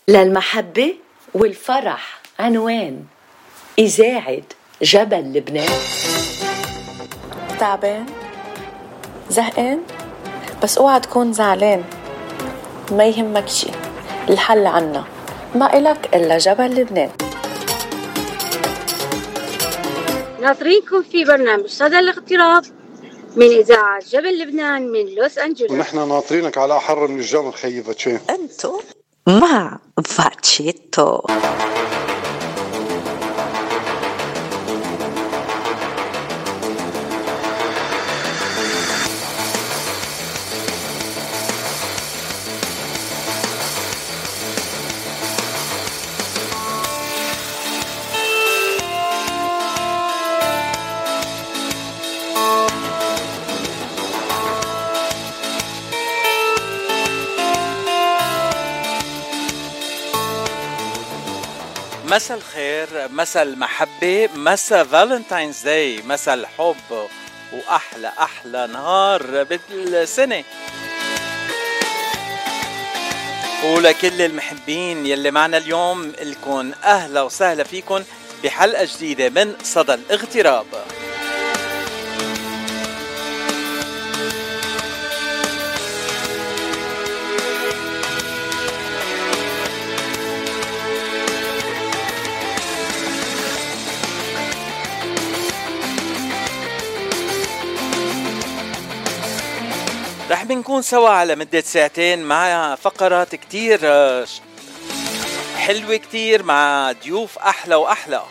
للمحبة والفرح عنوان إذاعة جبل لبنان. تعبان؟ زهقان؟ بس اوعى تكون زعلان، ما يهمك شي، الحل عنا، ما إلك إلا جبل لبنان. ناطرينكم في برنامج صدى الاغتراب من إذاعة جبل لبنان من لوس أنجلوس. ونحن ناطرينك على أحر من الجمر خيي فاتشين. أنتو مع فاتشيتو. مساء الخير، مساء المحبة، مساء فالنتاينز داي، مساء الحب وأحلى نهار بالسنة. ولكل المحبين يلي معنا اليوم لكم أهلا وسهلا فيكم بحلقة جديدة من صدى الاغتراب. رح بنكون سوا على مدة ساعتين مع فقرات كتير حلوة كتير مع ضيوف أحلى وأحلى.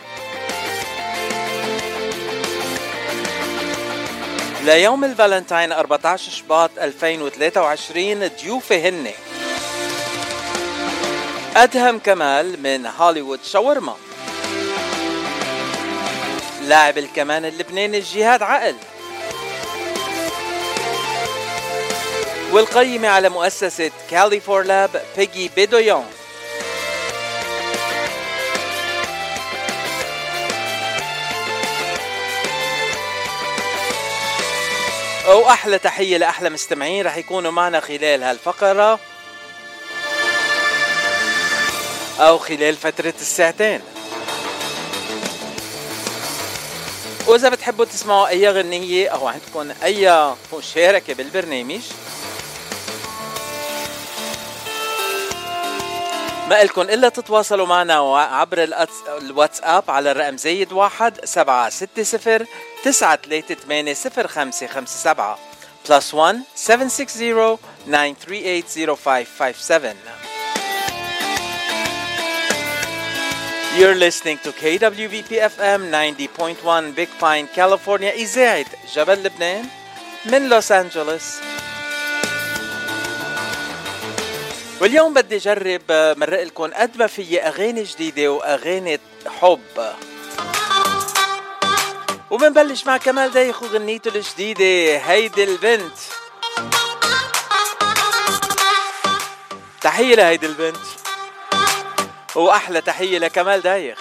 ليوم الفالنتاين 14 شباط 2023 ضيوفي هن أدهم كمال من هوليوود شاورما، لاعب الكمان اللبناني جهاد عقل، والقيمة على مؤسسة كاليفور لاب بيجي بيدويون، وأحلى تحية لأحلى مستمعين رح يكونوا معنا خلال هالفقرة أو خلال فترة الساعتين. وإذا بتحبوا تسمعوا أي غنية أو عندكم أي مشاركة بالبرنامج، ما إلكن إلا تتواصلوا معنا عبر الواتساب على الرقم +1 760 938 0557 +1 760 938 0557. You're listening to KWVP FM 90.1 Big Pine, California, إذاعة جبل لبنان من لوس أنجلوس. واليوم بدي جرب مرق لكم قد ما في أغاني جديدة وأغاني حب. وبنبلش مع كمال دايخ وغنيته الجديدة هيدي البنت. تحية لهيدي البنت وأحلى تحية لكمال دايخ.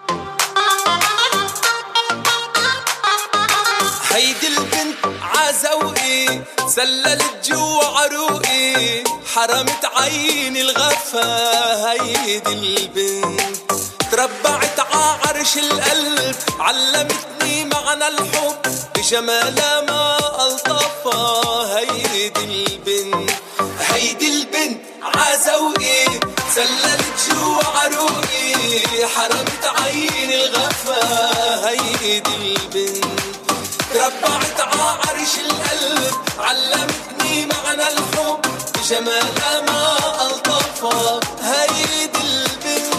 هيدي البنت عزوقي سللت جوا عروقي حرمت عيني الغفا. هيدي البنت تربعت ععرش القلب علمتني معنى الحب بجمالها ما ألطفها. هيدي البنت عزوقي سللت جوا عروقي حرمت عيني الغفا. هيدي البنت تربعت ععرش القلب علمتني معنى الحب بجمالها ما ألطفها. هيدي البنت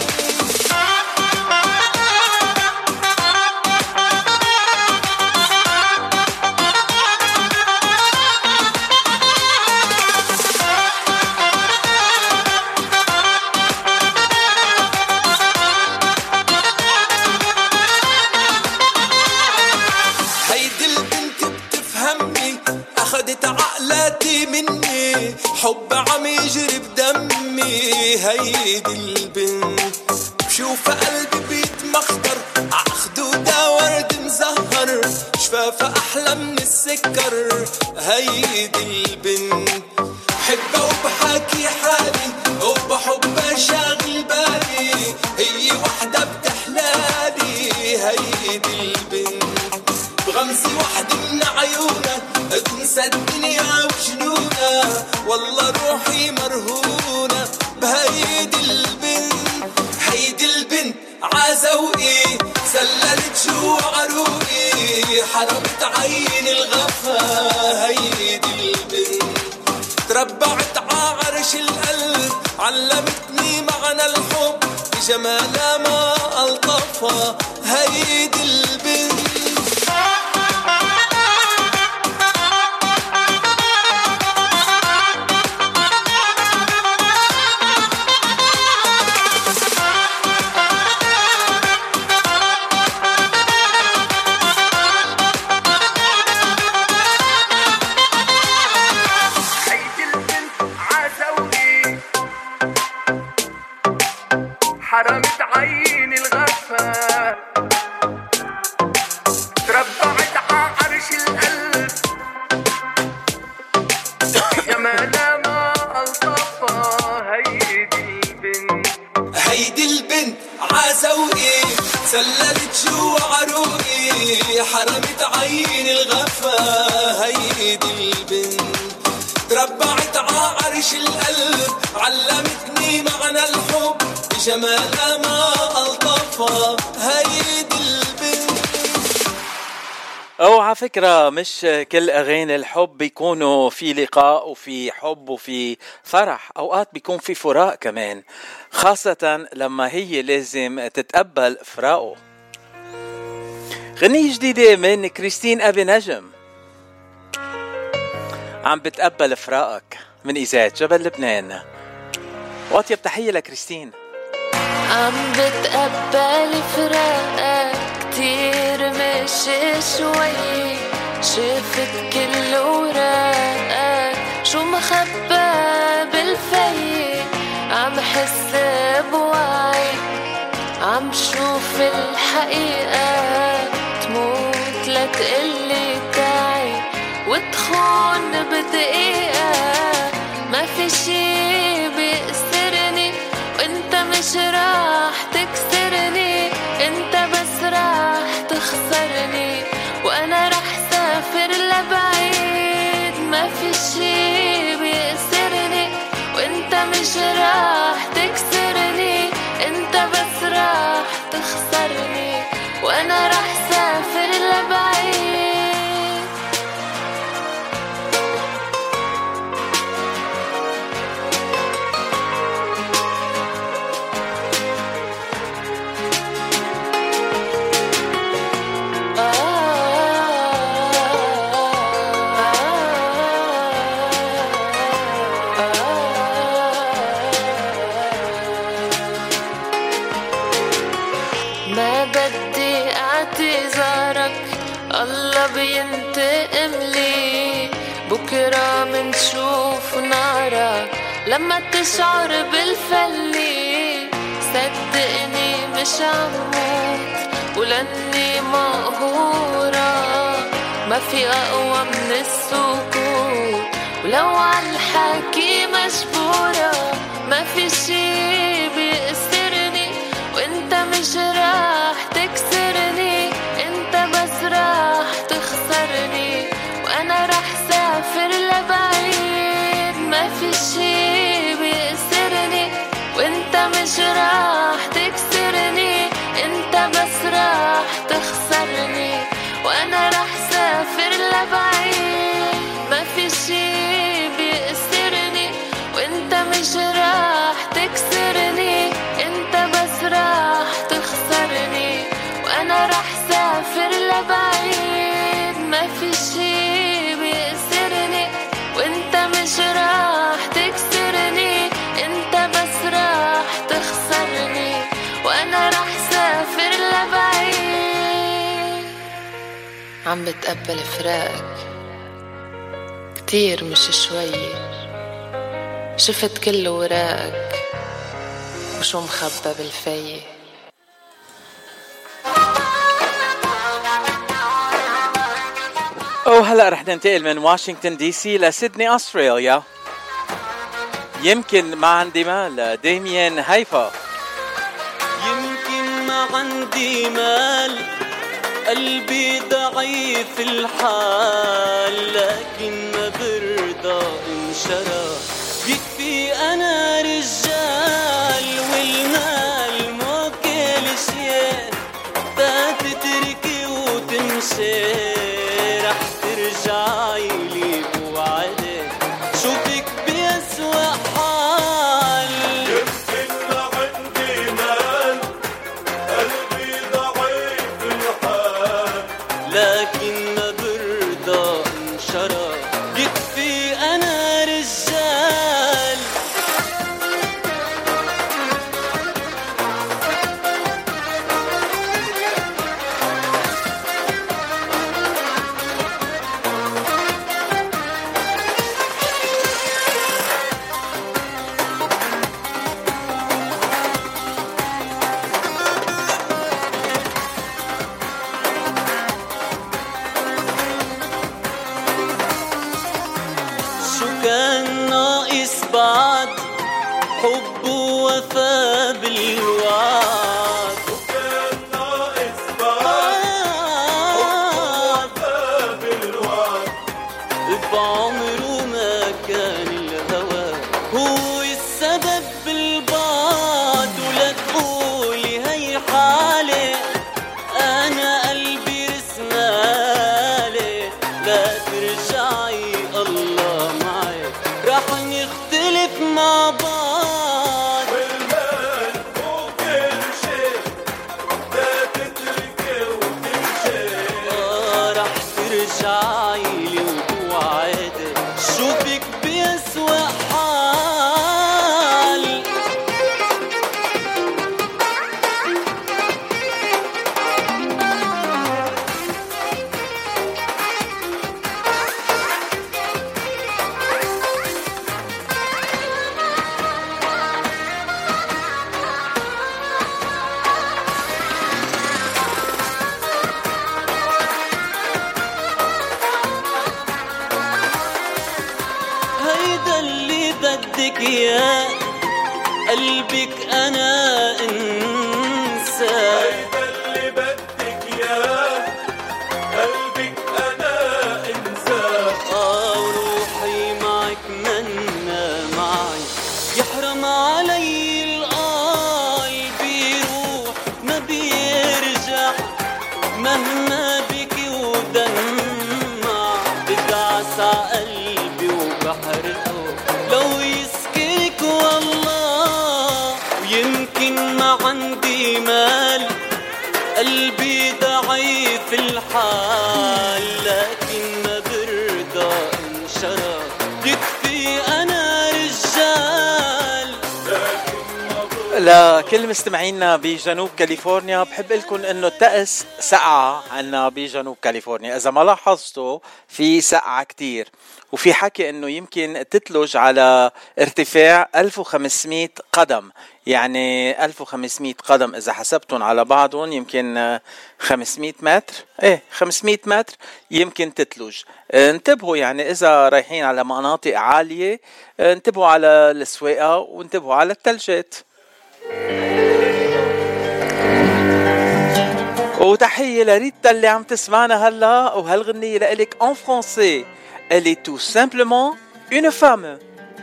أخدت عقلاتي مني حب عم يجري بدمي. هيدي البنت بشوف قلبي بيتمخضر عخدودة ورد مزهر شفافة أحلى من السكر. هيدي البنت حبها وبحكي حالي وبحبها شاغل عزوقي سللت جوع عروقي حرمت عين الغفا هيدي البنت تربعت ععرش القلب علمتني معنى الحب بجمالها ما ألطفها هيدي البنت حرمت عين الغفا تربعت ععرش القلب جمالها ما ألطفها هيدي البنت عزوقي سللت جوع عروقي حرمت عين الغفا هيدي البنت تربعت ععرش القلب علمتني معنى الحب بجمالها ما ألطفها هيدي البنت. على فكرة مش كل أغاني الحب بيكونوا في لقاء وفي حب وفي فرح، أوقات بيكون في فراق كمان، خاصة لما هي لازم تتقبل فراقه. غنية جديدة من كريستين أبي نجم عم بتقبل فراقك من إذاعة جبل لبنان. وأطيب تحية لكريستين. عم بتقبل فراقك كتير مش شوي، شفت كل وراقك شو مخبى بالفي، عم حس بوعي عم شوف الحقيقة، تموت لتقلي تعي وتخون بدقيقة، ما في شي بيأسرني وانت مش راح تكسرني، انت بس راح تخسرني وانا راح سافر لبعيد، ما في شي بيأسرني وانت مش راح تكسرني، انت بس راح تخسرني وانا راح سافر لبعيد. الله بينتقم لي بكرة منشوف نارك لما تشعر بالفلي، صدقني مش عموت ولاني مقهورة، ما في أقوى من السكوت ولو عالحكي مجبورة، ما في شي بيأسرني وانت مش راح تكسرني، انت بس راح تخسرني وانا راح سافر لبعيد، ما في شي بيأسرني وانت مش راح تكسرني، انت بس راح تخسرني وانا راح سافر لبعيد، ما في شي بيأسرني وانت مش راح تكسرني، انت بس راح تخسرني وانا راح سافر لبعيد، ما في شي بيأسرني وانت مش راح تكسرني، انت بس راح تخسرني وانا راح سافر لبعيد. عم بتقبل فراقك كتير مش شوي، شفت كل وراقك وشو مخبى بالفي. هلأ رح ننتقل من واشنطن دي سي لسيدني أستراليا. يمكن ما عندي مال ديميان هيفا. يمكن ما عندي مال قلبي ضعيف الحال، لكن ما برضى انشرى، يكفي أنا رجال والمال مو كل شي، بالوعد وكان ناقص بعد بالوعد بعمره ما كان الهوى هو السبب بالبعد ولا تقولي هي حالي أنا قلبي رسمالي لا ترجعي الله معي رح نختلف مع بعض والمال فوق كل شيء لا تتركي وتمشي رح ترجعي لي وتوعدي شوفك بيسوى حال هيدا اللي بدك اياه قلبك انا انسى هيدا اللي بدك اياه قلبك انا انسى وروحي معك منا معي يحرم علي القلب يروح ما بيرجع مهما بكي ودمع بدعس عقلبي وبحرقه لو يسكرك والله ويمكن ما عندي مال قلبي ضعيف الحال لكن ما برضى انشرى يكفي انا رجال لكل مستمعينا بجنوب كاليفورنيا بحب لكم انه الطقس سقعة عنا بجنوب كاليفورنيا. اذا ما لاحظتوا في سقعة كتير وفي حكي انه يمكن تتلج على ارتفاع 1500 قدم، يعني 1500 قدم اذا حسبتهم على بعضهم يمكن 500 متر 500 متر يمكن تتلج. انتبهوا يعني اذا رايحين على مناطق عالية انتبهوا على السواقة وانتبهوا على الثلجات. وتحية لريتا اللي عم تسمعنا هلا وهالغنية لإلك en français. Elle est tout simplement une femme.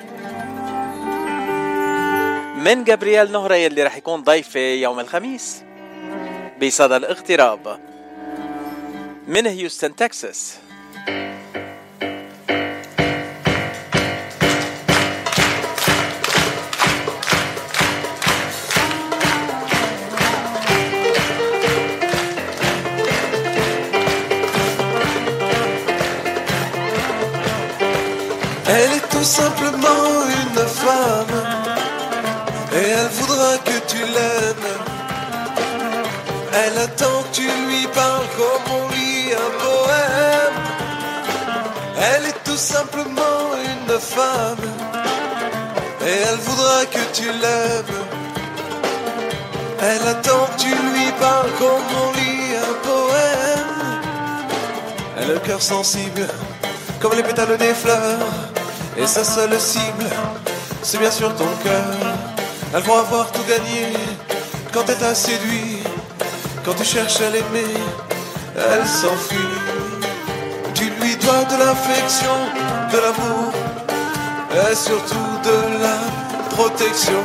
من جابرييل نهري اللي رح يكون ضيفي يوم الخميس بصدى الاغتراب من هيوستن تكساس. Elle est tout simplement une femme et elle voudra que tu l'aimes. Elle attend que tu lui parles comme on lit un poème. Elle est tout simplement une femme et elle voudra que tu l'aimes. Elle attend que tu lui parles comme on lit un poème. Elle a le cœur sensible comme les pétales des fleurs. Et sa seule cible, c'est bien sûr ton cœur. Elle croit avoir tout gagné quand elle t'a séduit. Quand tu cherches à l'aimer, elle s'enfuit. Tu lui dois de l'affection, de l'amour et surtout de la protection.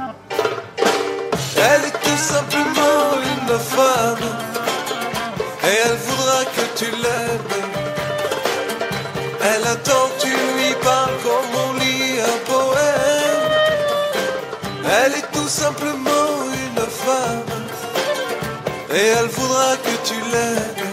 Elle est tout simplement une femme et elle voudra que tu l'aimes. Elle attend que tu lui parles comme on lit un poème. Elle est tout simplement une femme et elle voudra que tu l'aimes.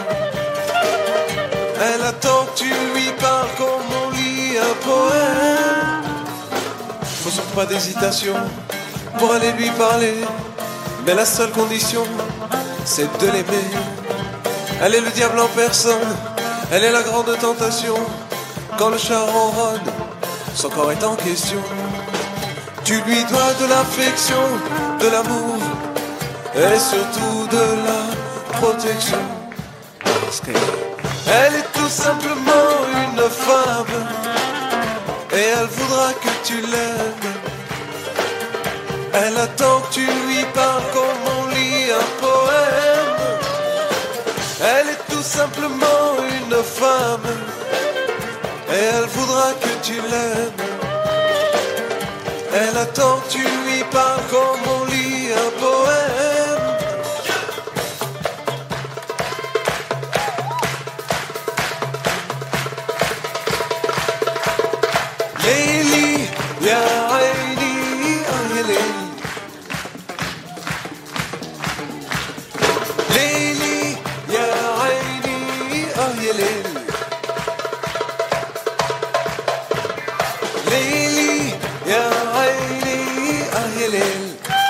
Elle attend que tu lui parles comme on lit un poème. Faut surtout pas d'hésitation pour aller lui parler, mais la seule condition c'est de l'aimer. Elle est le diable en personne, elle est la grande tentation. Quand le chat ronronne, son corps est en question. Tu lui dois de l'affection, de l'amour et surtout de la protection. Parce qu'elle est tout simplement une femme et elle voudra que tu l'aimes. Elle attend que tu lui parles comme on lit un poème. Elle est tout simplement une femme et elle voudra que tu l'aimes. Elle attend que tu lui parles comme on lit un poème. Léli, ya Aïni, ah ya Léli. Léli, ya Aïni, ah ya Léli. Léli, ya Aïni, ah ya Léli.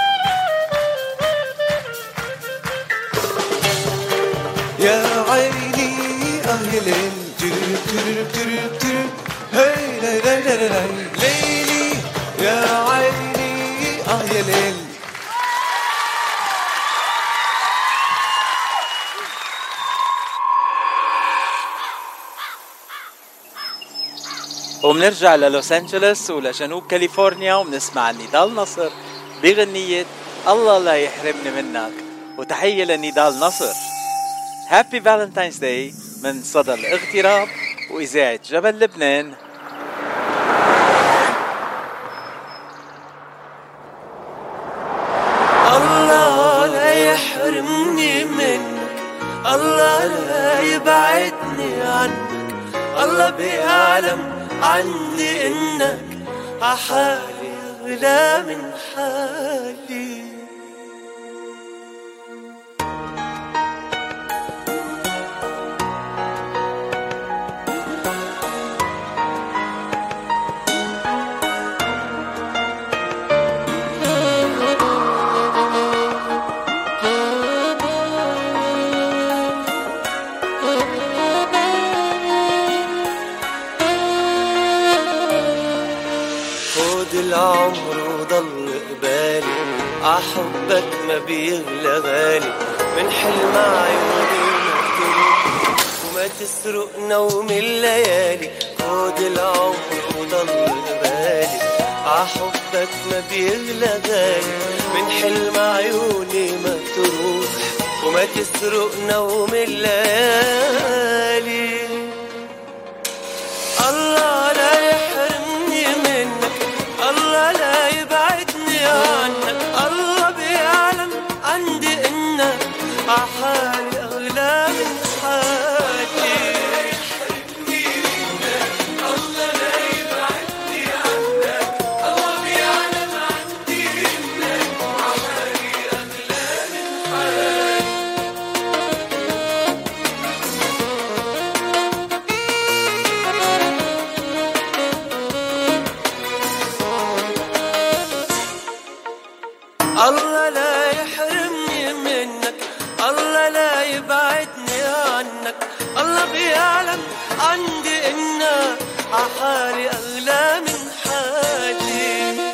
Ya Aïni, ah ya Léli. Hey, lay, lay, lay, lay. Léli, ya Aïni, ah ya Léli. ومنرجع للوس أنجلوس ولجنوب كاليفورنيا ومنسمع نضال نصر بغنية الله لا يحرمني منك. وتحية لنضال نصر. هابي فالنتاينز داي من صدى الاغتراب وإذاعة جبل لبنان. الله لا يحرمني منك، الله لا يبعدني عنك، الله بيعلم عني إنك عحالي أغلى من حالي. العمر وضل قبالي عحبك ما بيغلى غالي، من حلم عيوني وما تسرق نوم الليالي. خد العمر وضل قبالي عحبك ما بيغلى غالي، من حلم عيوني ما تروح وما تسرق نوم الليالي. الله لا يحرمني منك، الله لا يبعدني عنك، الله بيعلم عندي إنك عحالي أغلى من حالي. الله لا يبعدني عنك، الله بيعلم عندي إنك عحالي أغلى من حالي. الله لا يحرمني منك، الله لا يبعدني عنك، الله بيعلم عندي إنك عحالي أغلى من حالي.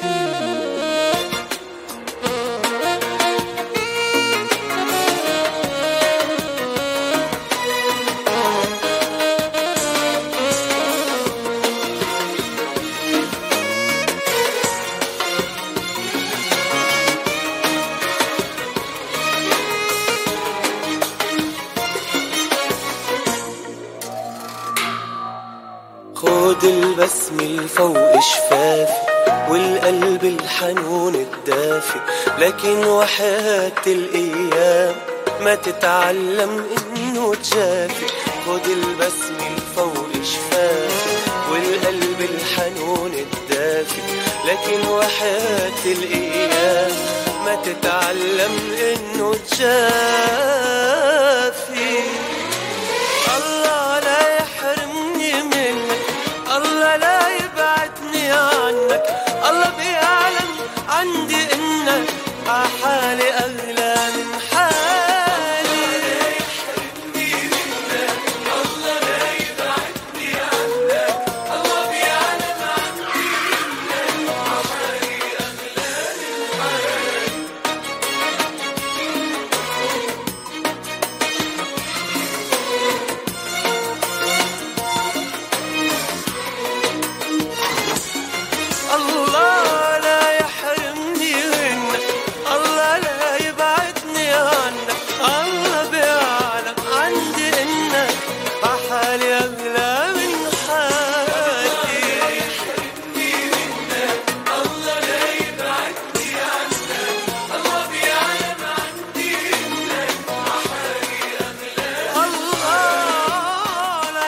خد البسم الفوق شفافي والقلب الحنون الدافي، لكن وحياة الأيام ما تتعلم إنه تجافي. خد البسم الفوق شفافي والقلب الحنون الدافي، لكن وحياة الأيام ما تتعلم إنه تجافي. الله لا يحرمني منك، الله لا يبعدني عنك، الله بيعلم عندي إنك عحالي أغلى من حالي. الله لا يبعدني عنك، الله بيعلم عندي إنك عحالي أغلى من حالي.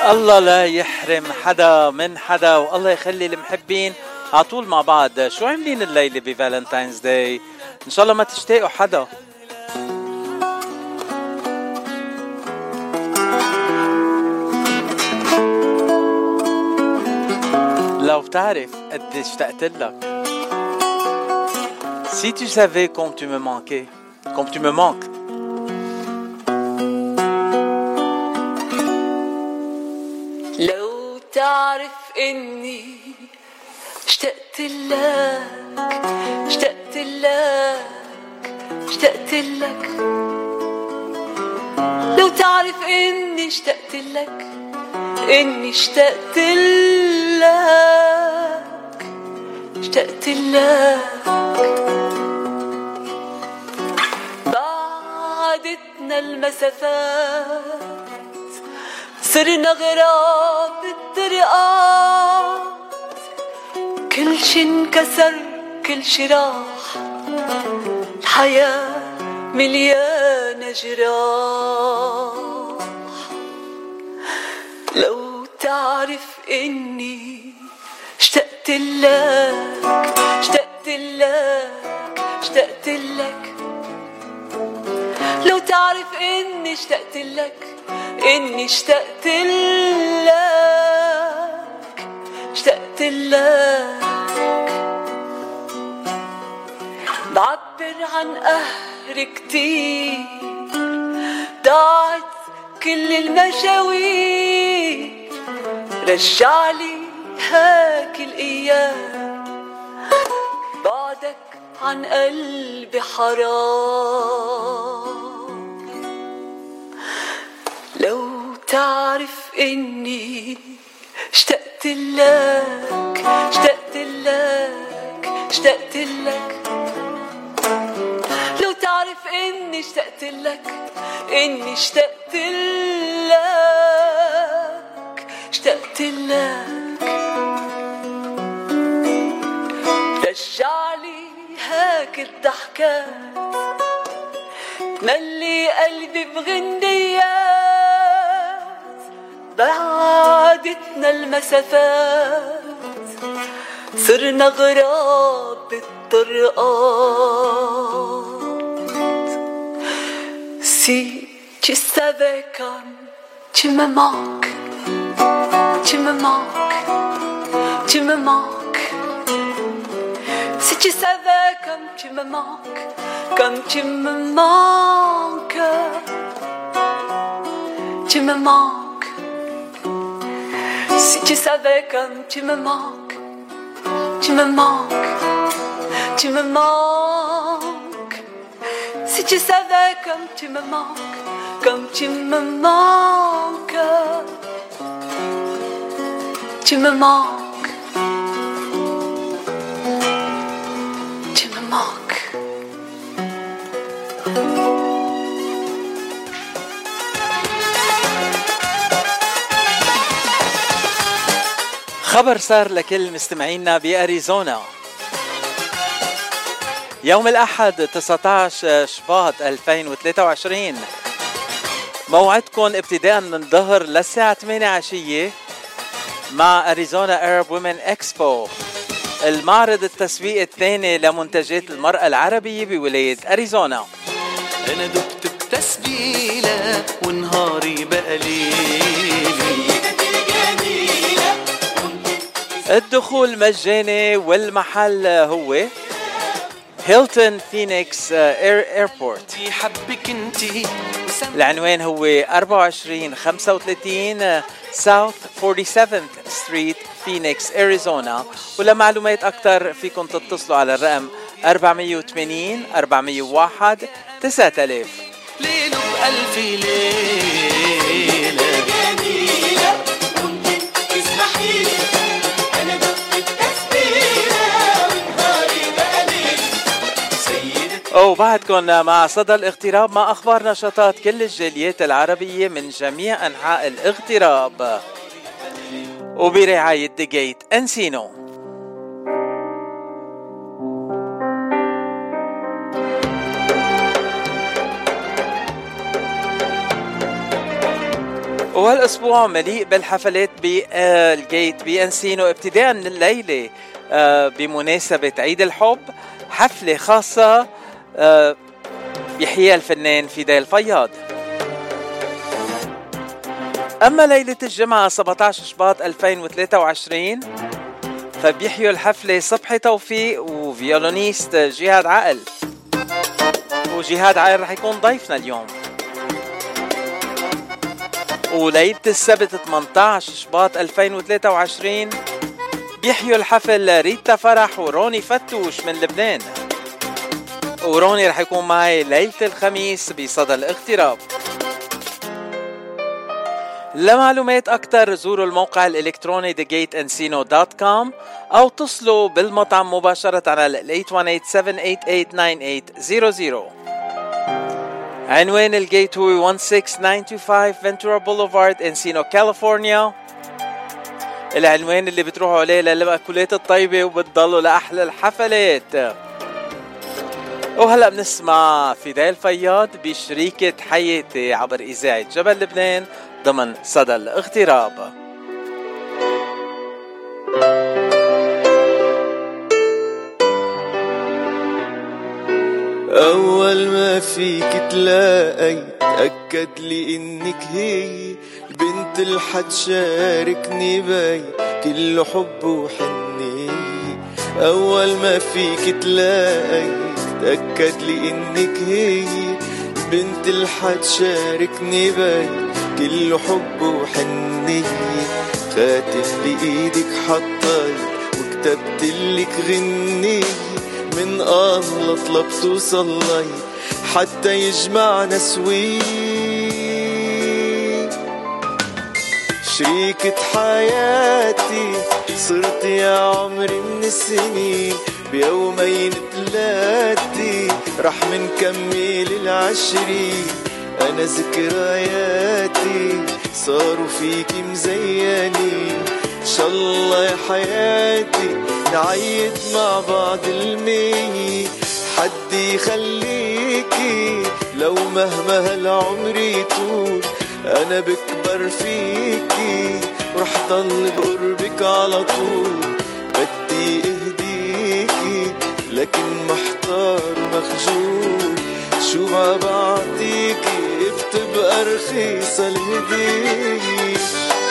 الله لا يحرم حدا من حدا، والله يخلي المحبين عطول مع بعض. شو عاملين الليلة بفالنتاينز داي؟ إن شاء الله ما تشتاقوا حدا. لو بتعرف قد اشتقت لك. Si tu savais comme tu me manquais, comme tu me manques. لو تعرف إني اشتقت لك اشتقت لك اشتقت لك. لو تعرف إني اشتقت لك إني اشتقت لك اشتقت لك. بعدتنا المسافات صرنا غراب بالطرقات. كل شي انكسر كل شي راح، الحياة مليانة جراح. لو تعرف إني اشتقت لك اشتقت لك اشتقت لك. لو تعرف إني اشتقت لك إني اشتقت لك اشتقت لك. بعبر عن قهر كتير، ضاعت كل المشاوير. رجعلي هاك الأيام، بعدك عن قلبي حرام. لو تعرف إني اشتقت لك اشتقت لك اشتقت لك. لو تعرف إني اشتقت لك إني اشتقت لك اشتقت لك. رجعلي هاك الضحكات، تملي قلبي بغنيات. بعدتنا المسافات صرنا غراب بالطرقات. Si tu savais comme tu me manques, tu me manques, tu me manques. Si tu savais comme tu me manques, comme tu me manques, tu me manques. Si tu savais comme tu me manques, tu me manques, tu me manques. Si tu savais comme tu me manques, comme tu me manques, tu me manques, tu me manques. خبر صار لكل مستمعينا بأريزونا. يوم الأحد 19 شباط 2023 موعدكم ابتداء من ظهر للساعة 8 عشية مع أريزونا أرب وومن إكسبو، المعرض التسويق الثاني لمنتجات المرأة العربية بولاية أريزونا. أنا دقت بتسبيلة ونهاري بقى ليلي. الدخول مجاني والمحل هو هيلتون فينيكس ايربورت. العنوان هو 2435 ساوث 47th ستريت فينيكس أريزونا. ولمعلومات أكتر فيكم تتصلوا على الرقم 480 401 9000. ليله بألف ليلة جميلة ممكن تسمحيلي. أنا دقت تسبيلة ونهاري بقى ليل. وبعدكم مع صدى الاغتراب مع أخبار نشاطات كل الجاليات العربية من جميع أنحاء الاغتراب وبرعاية The Gate أنسينو. وهالأسبوع مليء بالحفلات بالجيت بأنسينو ابتداء من الليلة بمناسبة عيد الحب. حفلة خاصة يحييها الفنان فيدال فياض. أما ليلة الجمعة 17 شباط 2023 فبيحيوا الحفلة صبحي توفيق وفيولونيست جهاد عقل، وجهاد عقل رح يكون ضيفنا اليوم. وليلة السبت 18 شباط 2023 بيحيوا الحفل ريتا فرح وروني فتوش من لبنان، وروني رح يكون معي ليلة الخميس بصدى الاغتراب. لمعلومات أكتر زوروا الموقع الإلكتروني thegateandcino.com أو اتصلوا بالمطعم مباشرة على 818-788-9800. عنوان الجيت هو 16925 فنتورا بوليفارد انسينو كاليفورنيا، العنوان اللي بتروحوا عليه للمأكولات الطيبة وبتضلوا لأحلى الحفلات. وهلأ بنسمع فيدال فياض بشريكة حياتي عبر إذاعة جبل لبنان ضمن صدى الاغتراب. أول ما فيك تلاقي تأكد لي إنك هي البنت اللي حتشاركني باي كل حب وحنية. أول ما فيك تلاقي تأكد لي إنك هي البنت اللي حتشاركني باي كل حب وحنية. خاتم بإيدك حطي وكتبتلك غنية، من الله طلبت وصلي حتى يجمعنا سوي. شريكة حياتي صرت يا عمري من السنين، بيومين ثلاثة رح منكمل 20. أنا ذكرياتي صاروا فيكي مزيانين، إن شاء الله يا حياتي نعيد مع بعض المية. حد يخليكي لو مهما هالعمر يطول، أنا بكبر فيكي ورح ضل بقربك على طول. بدي اهديكي لكن محتار ومخجول، شو ما بعطيكي بتبقى رخيصة الهدية.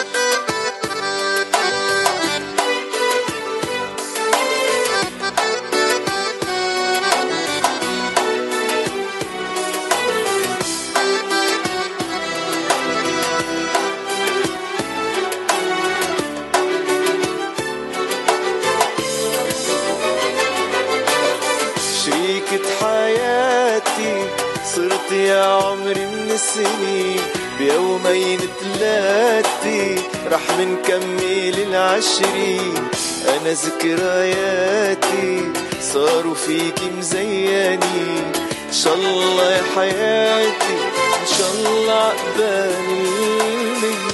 صرت يا عمري من السنين، بيومين ثلاثة رح منكمل 20. أنا ذكرياتي صاروا فيكي مزيانين، إن شاء الله يا حياتي إن شاء الله عقبال المية.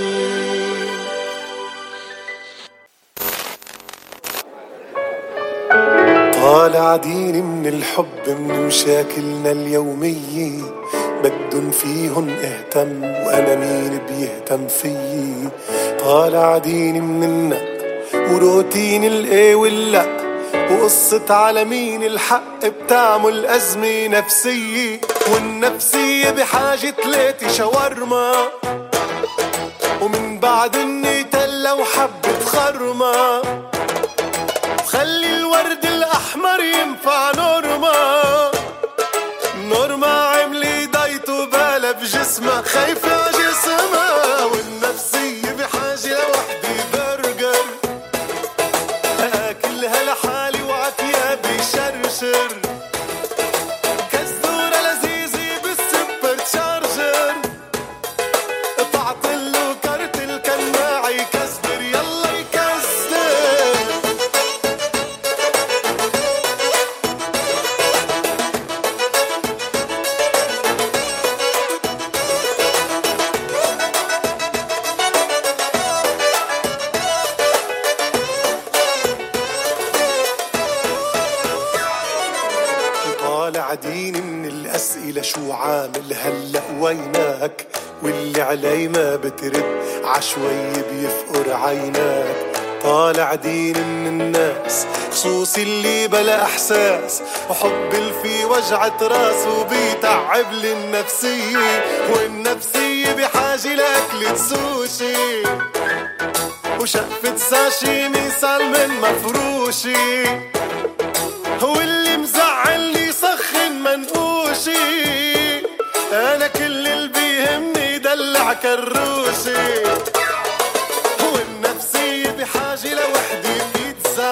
طالع ديني من الحب من مشاكلنا اليومية، بدن فيهن اهتم وأنا مين بيهتم فيي. طالع ديني من النق وروتين الايه واللا، وقصة على مين الحق بتعمل أزمة نفسية، والنفسية بحاجة 3 شاورما، ومن بعد النيتلا وحبة خرمة. خلي الورد الأحمر ينفع نورما، نورما عملي دايت وبالا بجسمها، خايفة عجسمها. والنفسية بحاجة لوحدي برجر، أكلها لحالي وعتيابي شرشر. كزورة لذيذة بالسوبر تشارجر، تعطله كارت الكناعي كزدر يلا يكزدر. والأسئلة شو عامل هلأ وينك، واللي علي ما بترد عشوي بيفقر عينك. طالع دين من الناس خصوصي اللي بلا احساس، وحب اللي في وجعة راس وبيتعب لي النفسية، والنفسية بحاجة لأكلة سوشي وشقفة ساشيمي سالمون مفروشي، واللي مزعلني سخن منقوشي. انا كل اللي بيهمني دلع كروشي، والنفسية بحاجة لوحدة بيتزا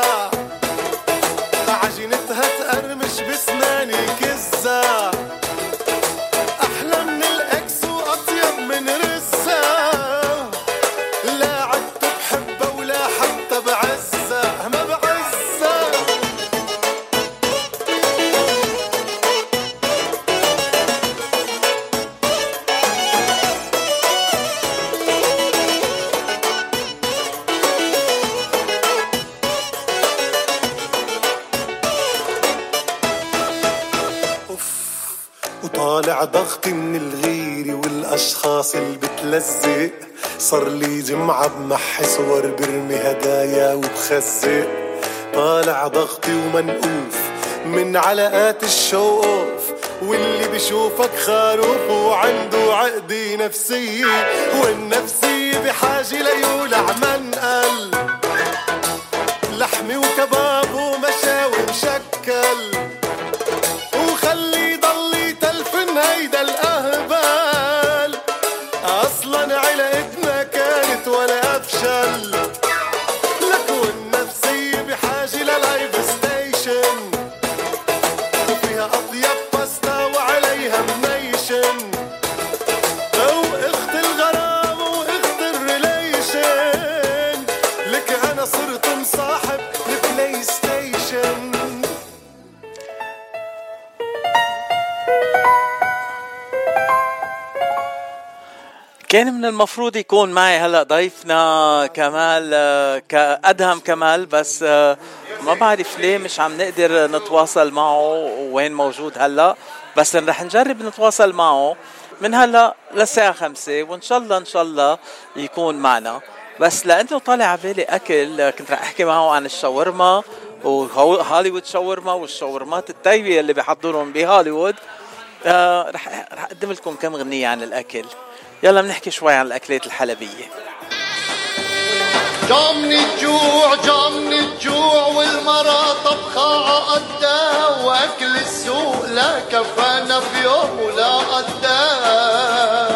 عجينتها تقرمش بسناني كزة، أحلى من الأكس وأطيب من رزة، لا عدت بحبها ولا حتى بعزة ما بعزة. وطالع ضغطي من الغيرة والأشخاص اللي بتلزق، صار لي جمعة بمحي صور برمي هدايا وبخزق. طالع ضغطي ومنقوف من علقات الشو اوف، واللي بيشوفك خروف وعنده عقدة نفسية، والنفسية بحاجة ليولع منقل، لحمي وكباب ومشاوي مشكل، وخلي ضلي تلفن هيدا الأهبال، أصلاً علاقتنا كانت ولا أفشل. لك والنفسية بحاجة للايف ستيشن، وفيها أطيب باستا وعليها منيشن، أو أخت الغرام وأخت الريليشن، لك أنا صرت مصاحب البلاي ستيشن. كان من المفروض يكون معي هلا ضيفنا كمال أدهم كمال، بس ما بعرف ليه مش عم نقدر نتواصل معه وين موجود هلا، بس رح نجرب نتواصل معه من هلا للساعة 5 وإن شاء الله يكون معنا. بس لأنه طالع على بالي أكل، كنت رح أحكي معه عن الشاورما وهوليوود شاورما والشاورمات الطيبة اللي بيحضرون بهوليوود. رح أقدم لكم كم غنية عن الأكل. يلا بنحكي شوي عن الأكلات الحلبية. جامني الجوع والمرا طبخة عقدها، وأكل السوق لا كفانا في يوم ولا قدها،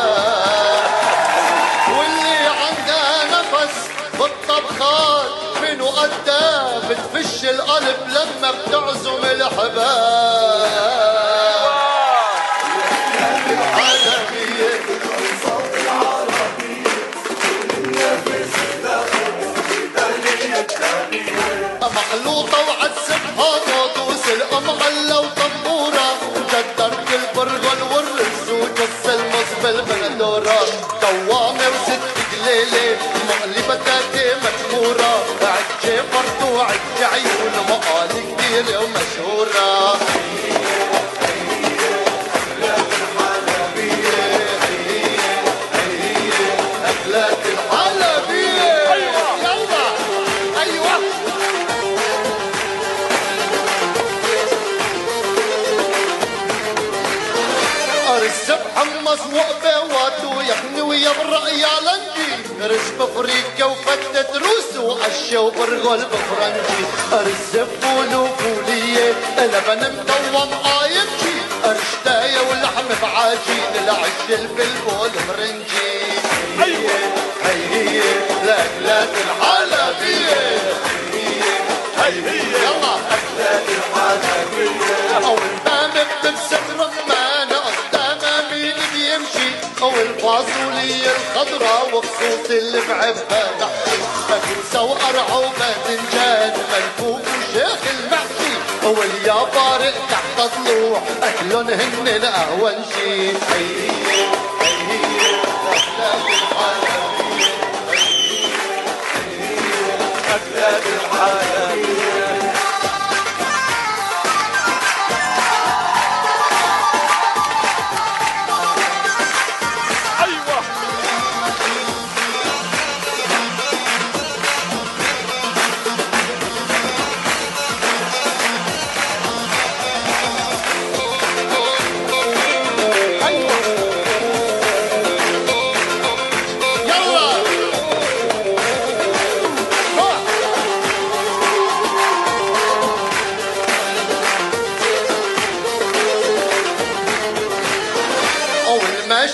واللي عندها نفس بالطبخات منو قدها، بتفش القلب لما بتعزم الحباب. مخلوطة وعالسبحة ودوس القمعلة وطنبورة، جدرت البرغل والرز وجس المص بالبندورة، دوامة وست قليلة مقلي بتاتي مكمورة، عجة فرط وعجة عيون مقالي كتير ومشهورة. أكلات الحلبية. يلا أيوة. السب حمص وقبوات ويحني ويبرق يا لنجي، رز بفريكة وفتة روس وقشة وبرغل بفرنجي، رز فول وفولية لبن مدوم قايمجي، رشتاية ولحم بعجين العش الفلفل فرنجي. هي الأكلات الحلبية، هي يلا أكلات الحلبية. أول ما بتمسك رمانة أو الفاصولية الخضراء وخصوص اللي بعبها تحشي، كوسة وقرع وباذنجان ملفوف وشيخ المحشي، واليابارق تحت ضلوع أكلن هن أهون شي. هي أكلات الحلبية.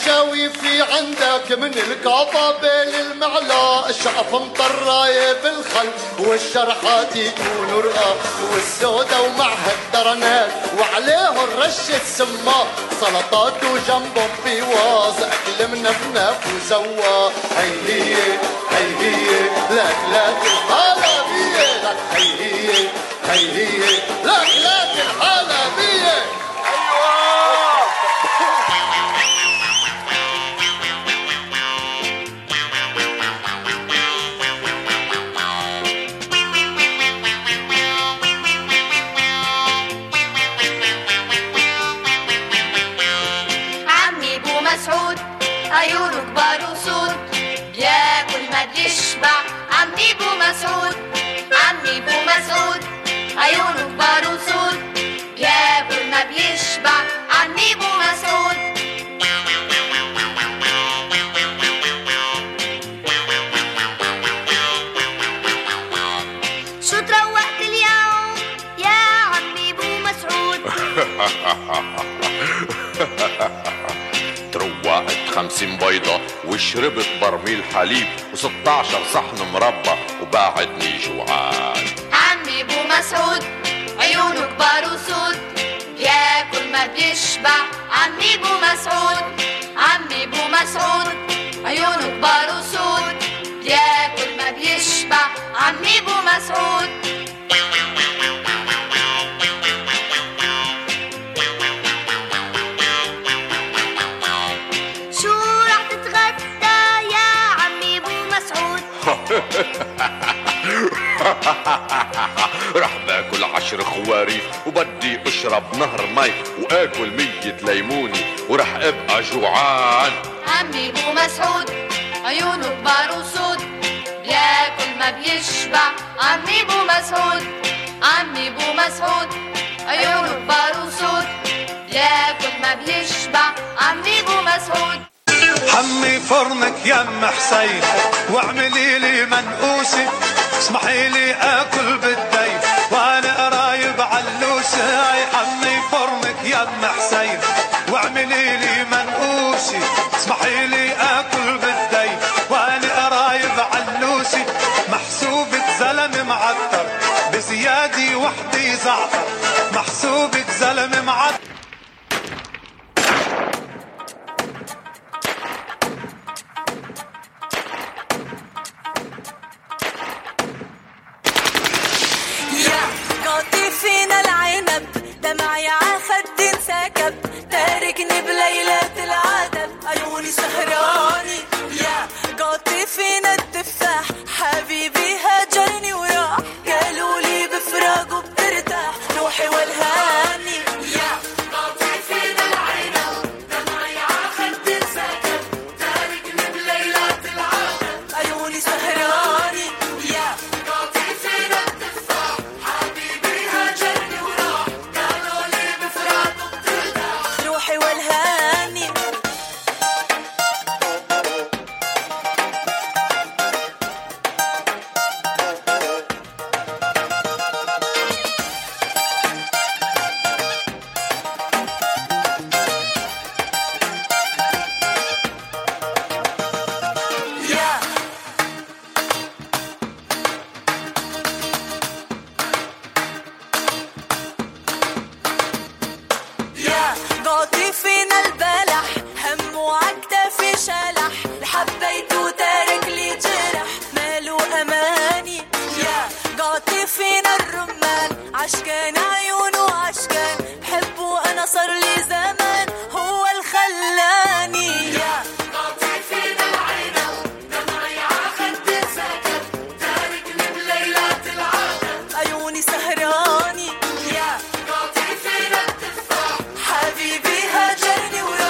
شاوي في عندك من القضبة للمعلى الشقف مطراية بالخل والشرحات يكونوا رقا والسودا ومعها الدرنات وعليهم رشة سما سلطات وجنبهم بيواز أكل منفنف وزوا هي الأكلات الحلبية لك هي الأكلات الحلبية. عمي بو مسعود عيونه كبار وسود بياكل ما بيشبع. عمي بو مسعود عيونه كبار وسود بياكل ما بيشبع. عمي بو مسعود شو تروقت اليوم يا عمي بو مسعود؟ تروقت 50 بيضة وشربت برميل حليب و16 صحن مربى وبعدني جوعان. عمي بو مسعود عيونه كبار وسود بياكل ما بيشبع. عمي بو مسعود عيونه كبار وسود بياكل ما بيشبع. عمي بو مسعود شو رح تتغدى يا عمي بو مسعود؟ رح باكل 10 خواريف وبدي اشرب نهر مي واكل 100 ليموني ورح ابقى جوعان. عمي بو مسعود عيونه كبار وسود بياكل ما بيشبع. عمي بو مسعود عيونه كبار وسود بياكل ما بيشبع. عمي بو مسعود حمي فرنك يا ام حسين واعملي لي منقوسه اسمحي لي اكل بالدين وانا قرايب علوسه. حمي فرنك يا ام حسين واعملي لي منقوسه اسمحي لي اكل بالدين وانا قرايب علوسه. محسوبك زلمه معطر بزياده وحدي زعتر. محسوبك زلمه معطر فينا العنب دمعي عخدي انسكب تاركني بليلة العذب عيوني سهراني يا قاطي فينا التفاح حبيبي هاجرني وراح قالوا لي بفراقه بترتاح روحي والهاني يا قاطي فينا العنب دمعي عخدي انسكب تاركني بليلة العذب عيوني سهراني يا قاطي فينا التفاح حبيبي هاجرني وراح قالوا لي بفراقه بترتاح روحي والهاني. قاطي فينا البلح هم وعكتفي شلح حبيته تارك لي جرح ماله اماني يا قاطي فينا الرمان عشقان عيونه عشقان بحبه انا صار لي زمان هو الخلاني يا قاطي فينا العنب دمعي عخدي سكت تاركني بليلة العذب عيوني سهراني يا قاطي فينا التفاح حبيبي هاجرني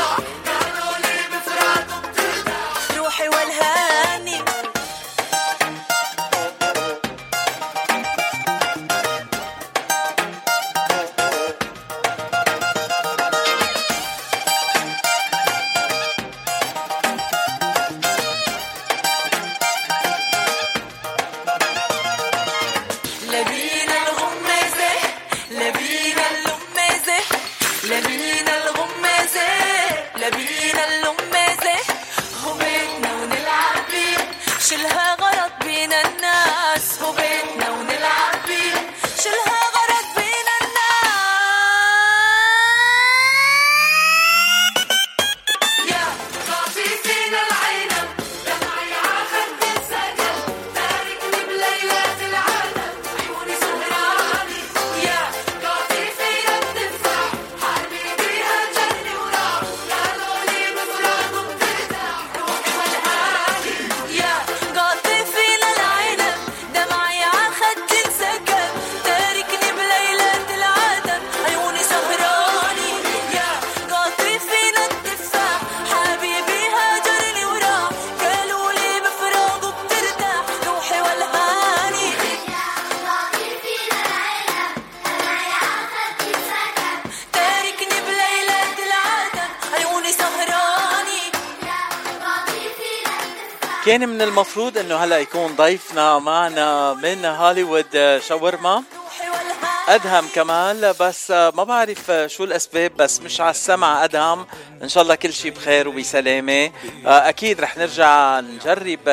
كان من المفروض انه هلا يكون ضيفنا معنا من هوليوود شاورما ادهم كمال، بس ما بعرف شو الاسباب، بس مش على السمع. ادهم ان شاء الله كل شيء بخير وبسلامه. اكيد رح نرجع نجرب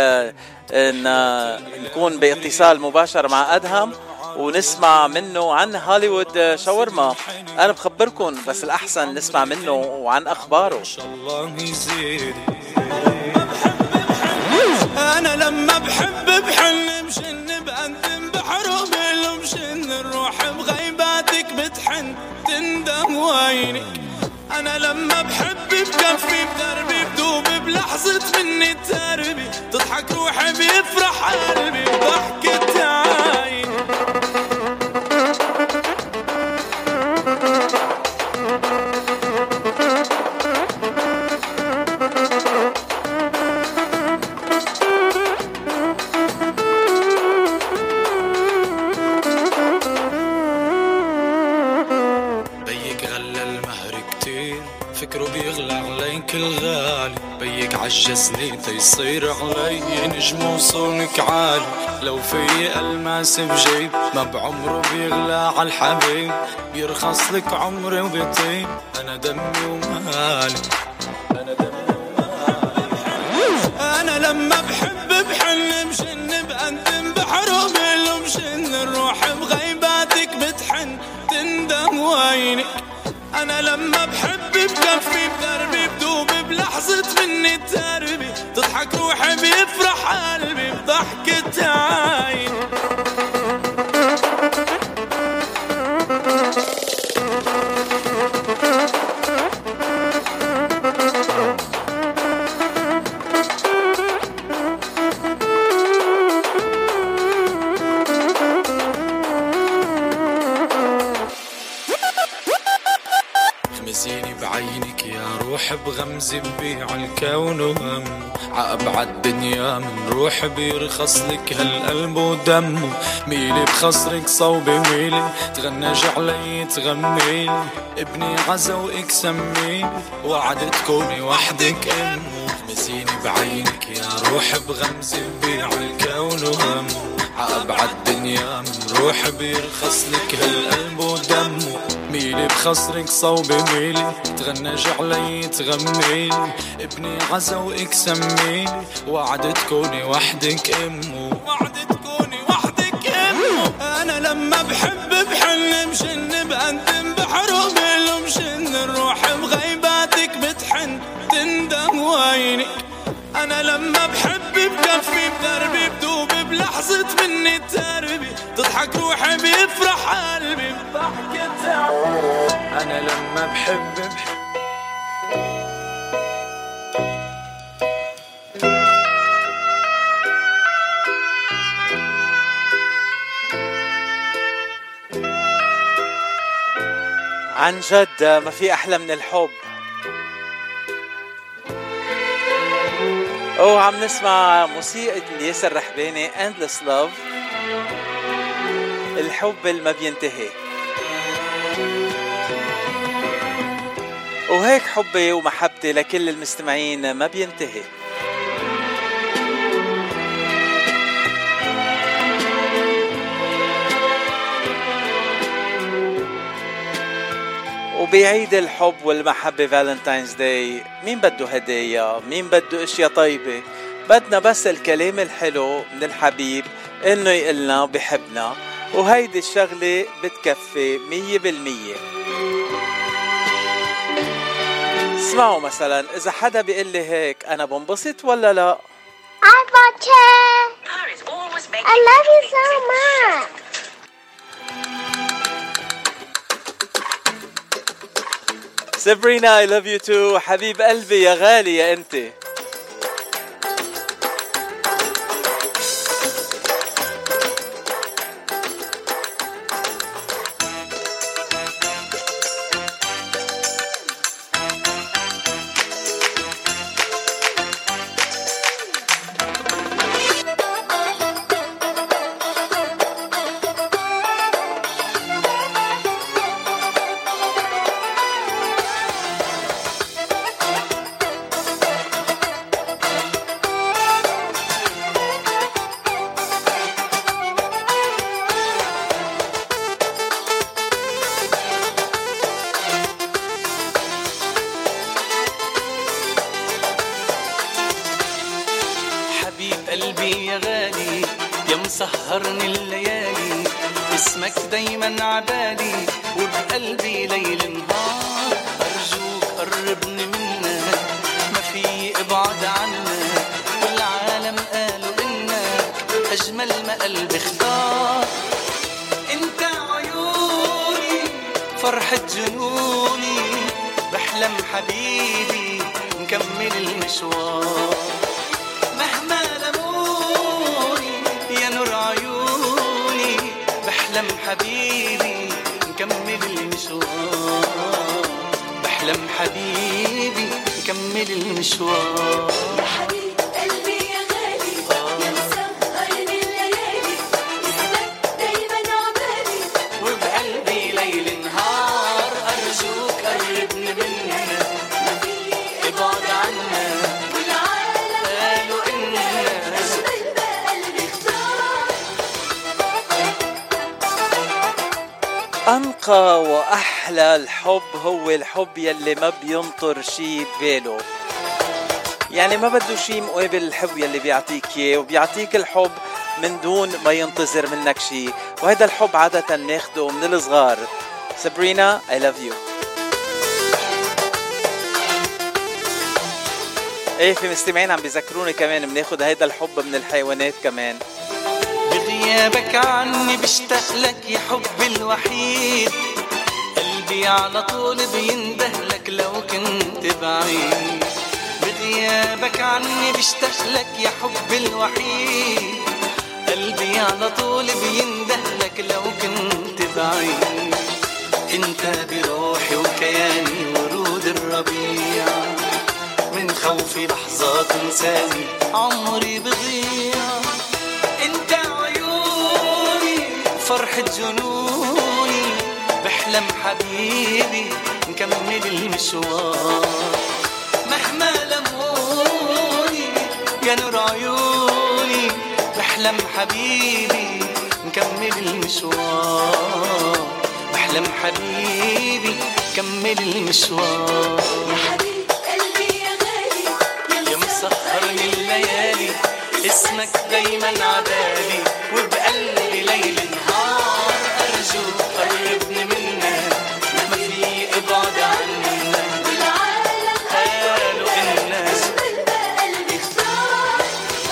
نكون باتصال مباشر مع ادهم ونسمع منه عن هوليوود شاورما. انا بخبركم بس الاحسن نسمع منه وعن اخباره. انا لما بحب بحن مشن بقدم بحرم مشن نروح بغيباتك بتحن تندم وينك. انا لما بحب بكفي بدربي بدوب بلحظة مني تربي تضحك روحي بيفرح قلبي بضحكة عيني. الغالي بيك عجزني تيصير علي نجم وصونك عالي. لو في الماس بجيب ما بعمره بيغلى عالحبيب بيرخص لك عمري وبيطيب. انا دمي ومالي انا لما بحب بحن مشن بقدم بحرم مشن نروح بغيباتك بتحن تندم وينك. انا لما بحب بكفي بدربي بدوب بلحظة مني تربي تضحك روحي بيفرح قلبي بضحكة عيني. بغمزي ببيع الكون وهم عأبعد دنيا من روح بيرخص لك هالقلب ودمه. ميلي بخصرك صوبي ويلي تغنج علي تغميلي ابني عزوقك سميلي وعد تكوني وحدك امه. مزيني بعينك يا روح بغمزي ببيع الكون وهم عأبعد دنيا من روح بيرخص لك هالقلب ودمه. ميلي بخصرك صوبي ميلي تغنج علي تغميلي ابني عزوقك سميلي وعد تكوني وحدك امه. وعد تكوني وحدك امه. انا لما بحب بحن مشن بقدم بحرم مشن نروح بغيباتك بتحن تندم وينك. انا لما بحب بكفي بدربي بدوب بلحظة مني تربي تضحك روحي بيفرح قلبي بضحكة. انا لما بحب عن جد ما في احلى من الحب. وعم نسمع موسيقى ياسر رحباني Endless Love الحب اللي ما بينتهي. وهيك حبي ومحبتي لكل المستمعين ما بينتهي. وبعيد الحب والمحبة فالنتاينز داي مين بده هدايا؟ مين بده اشياء طيبة؟ بدنا بس الكلام الحلو من الحبيب انه يقلنا بحبنا، وهيدي الشغلة بتكفي 100%. اسمعوا مثلا اذا حدا بيقول لي هيك انا بنبسط ولا لا؟ I love you so much. سابرينا I love you too حبيب قلبي يا غالي يا انت. مسهرني الليالي اسمك دايما عبالي وبقلبي ليل نهار أرجوك قربني منك ما في ابعد عنك والعالم قالوا إنك أجمل ما قلبي اختار انت عيوني فرحة جنوني بحلم حبيبي نكمل المشوار مهما لموني يا نور عيوني بحلم حبيبي نكمل المشوار بحلم حبيبي نكمل المشوار يا حبيب قلبي يا غالي يا مسهرني الليالي اسمك دايما عبالي وبقلبي ليل نهار أرجوك قربني منك ابعد عنا والعالم قالوا إنك أجمل ما قلبي اختار أنقى وأحلى الحب هو الحب يلي ما بينطر شي بباله، يعني ما بده شي مقابل الحب يلي بيعطيك إياه، وبيعطيك الحب من دون ما ينتظر منك شي، وهذا الحب عادة ناخده من الصغار. سابرينا I love you. ايه في مستمعين عم بيذكروني كمان بناخد هيدا الحب من الحيوانات كمان. بغيابك عني بشتاق لك يا حبي الوحيد قلبي على طول بيندهلك لو كنت بعيد بغيابك عني بشتاق لك يا حبي الوحيد قلبي على طول بيندهلك لو كنت بعيد انت بروحي وكياني ورود الربيع من خوفي لحظات انساني عمري بضيع انت عيوني فرحة جنوني بحلم حبيبي نكمل المشوار مهما لموني يا نور عيوني بحلم حبيبي نكمل المشوار بحلم حبيبي نكمل المشوار يا حبيب قلبي يا غالي يا مسهرني الليالي اسمك دايما عبالي وبقلبي ليل نهار أرجوك قربني منك ما في ابعد عنك والعالم قالوا إنك أجمل ما قلبي اختار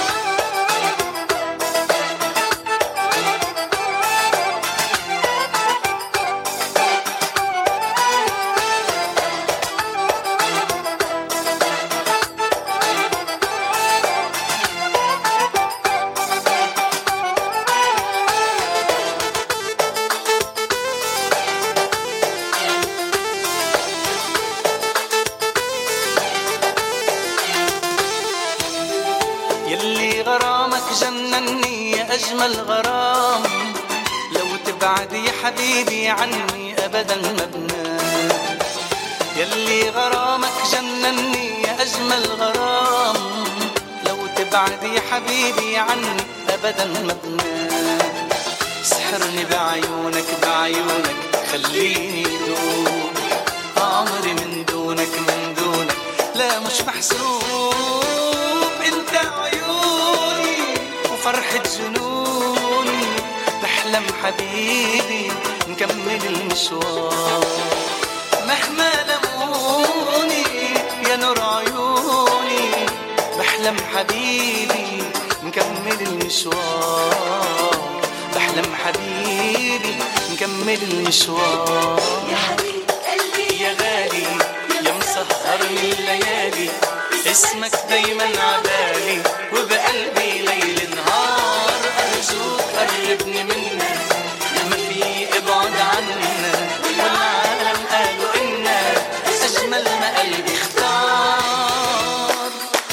يلي غرامك جنني يا أجمل غرام لو تبعد يا حبيبي عني أبدا ما بنام يلي غرامك جنني يا أجمل غرام لو تبعد يا حبيبي عني أبدا ما بنام سحرني بعيونك بعيونك خليني دوب عمري من دونك من دونك لا مش محسوب انت عيوني وفرحة جنوني بحلم حبيبي نكمل المشوار مهما لموني يا نور عيوني بحلم حبيبي نكمل المشوار بحلم حبيبي نكمل المشوار يا حبيب قلبي يا غالي يا مسهرني الليالي اسمك دايما عبالي وبقلبي ليل نهار أرجوك قربني منك ما في ابعد عنك والعالم قالوا إنك أجمل ما قلبي اختار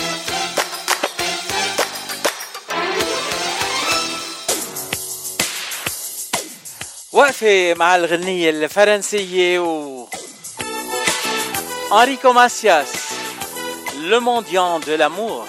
وقفة مع الغنية الفرنسية و Enrico Macias, le mendiant de l'amour.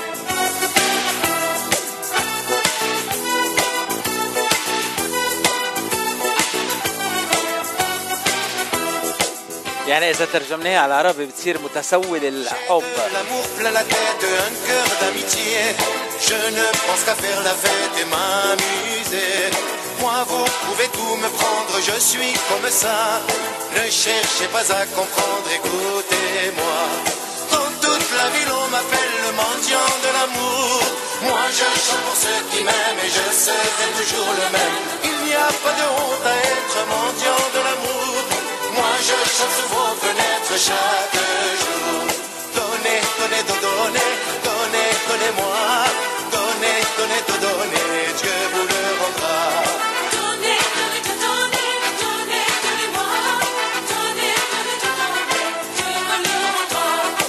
يعني إذا ترجمناها على العربي بتصير متسول الحب. L'amour plein la tête, un cœur d'amitié. Je ne pense qu'à faire la fête et m'amuser. Moi vous pouvez tout me prendre, je suis comme ça. Ne cherchez pas à comprendre, écoutez-moi. Dans toute la ville on m'appelle le mendiant de l'amour. Moi je chante pour ceux qui m'aiment et je serai toujours le même. Il n'y a pas de honte à être mendiant de l'amour. Moi je chante sous vos fenêtres chaque jour. Donnez, donnez, donnez, donnez, donnez-moi. Donnez, donnez, donnez, Dieu vous le rendra. Donnez, donnez, donnez, donnez, donnez-moi. Donnez, donnez, donnez, Dieu me le rendra.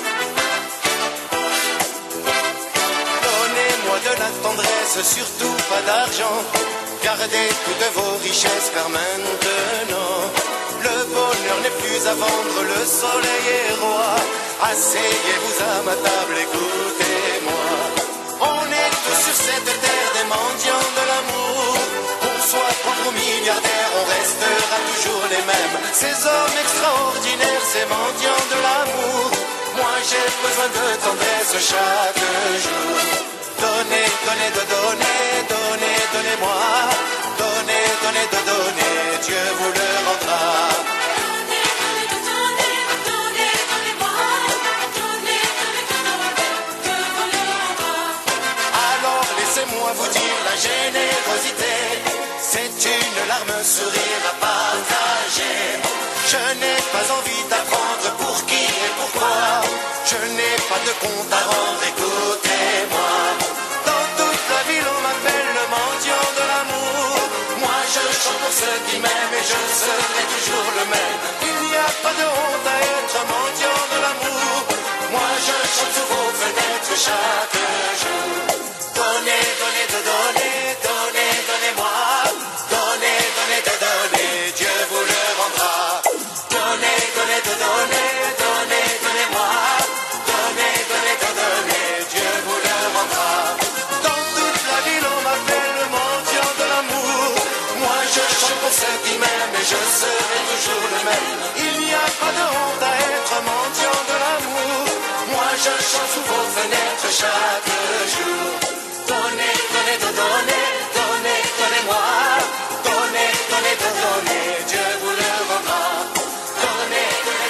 Donnez-moi de la tendresse, surtout pas d'argent. Gardez toutes vos richesses car maintenant le bonheur n'est plus à vendre, le soleil est roi. Asseyez-vous à ma table, écoutez-moi. On est tous sur cette terre des mendiants de l'amour. Qu'on soit pauvre ou milliardaire, on restera toujours les mêmes. Ces hommes extraordinaires, ces mendiants de l'amour. Moi j'ai besoin de tendresse chaque jour. Donnez, donnez, donnez, donnez, donnez-moi. Donnez, donnez, donnez, Dieu vous le rendra. Donnez, donnez, donnez, donnez, donnez-moi. Donnez, donnez, donnez, Dieu me le rendra. Alors laissez-moi vous dire la générosité, c'est une larme, un sourire à partager. Je n'ai pas envie d'apprendre pour qui et pourquoi. Je n'ai pas de compte à rendre, écoutez-moi. Dans toute la ville on m'appelle le mendiant de l'amour. Moi je chante pour ceux qui m'aiment et je serai toujours le même. Il n'y a pas de honte à être mendiant de l'amour. Moi je chante sous vos fenêtres chaque jour. Donnez, donnez, donnez, donnez, donnez-moi. Donnez, donnez, donnez, Dieu vous le rendra. Donnez, donnez, donnez, donnez, donnez-moi. Donnez, donnez, donnez, Dieu vous le rendra. Dans toute la ville on m'appelle le mendiant de l'amour. Moi je chante pour ceux qui m'aiment et je serai toujours le même. Il n'y a pas de honte à être mendiant de l'amour. Moi je chante sous vos fenêtres chaque jour. Donnez, donnez, donnez, donnez, donnez-moi. Donnez, donnez, donnez, Dieu vous le rendra. Donnez, donnez,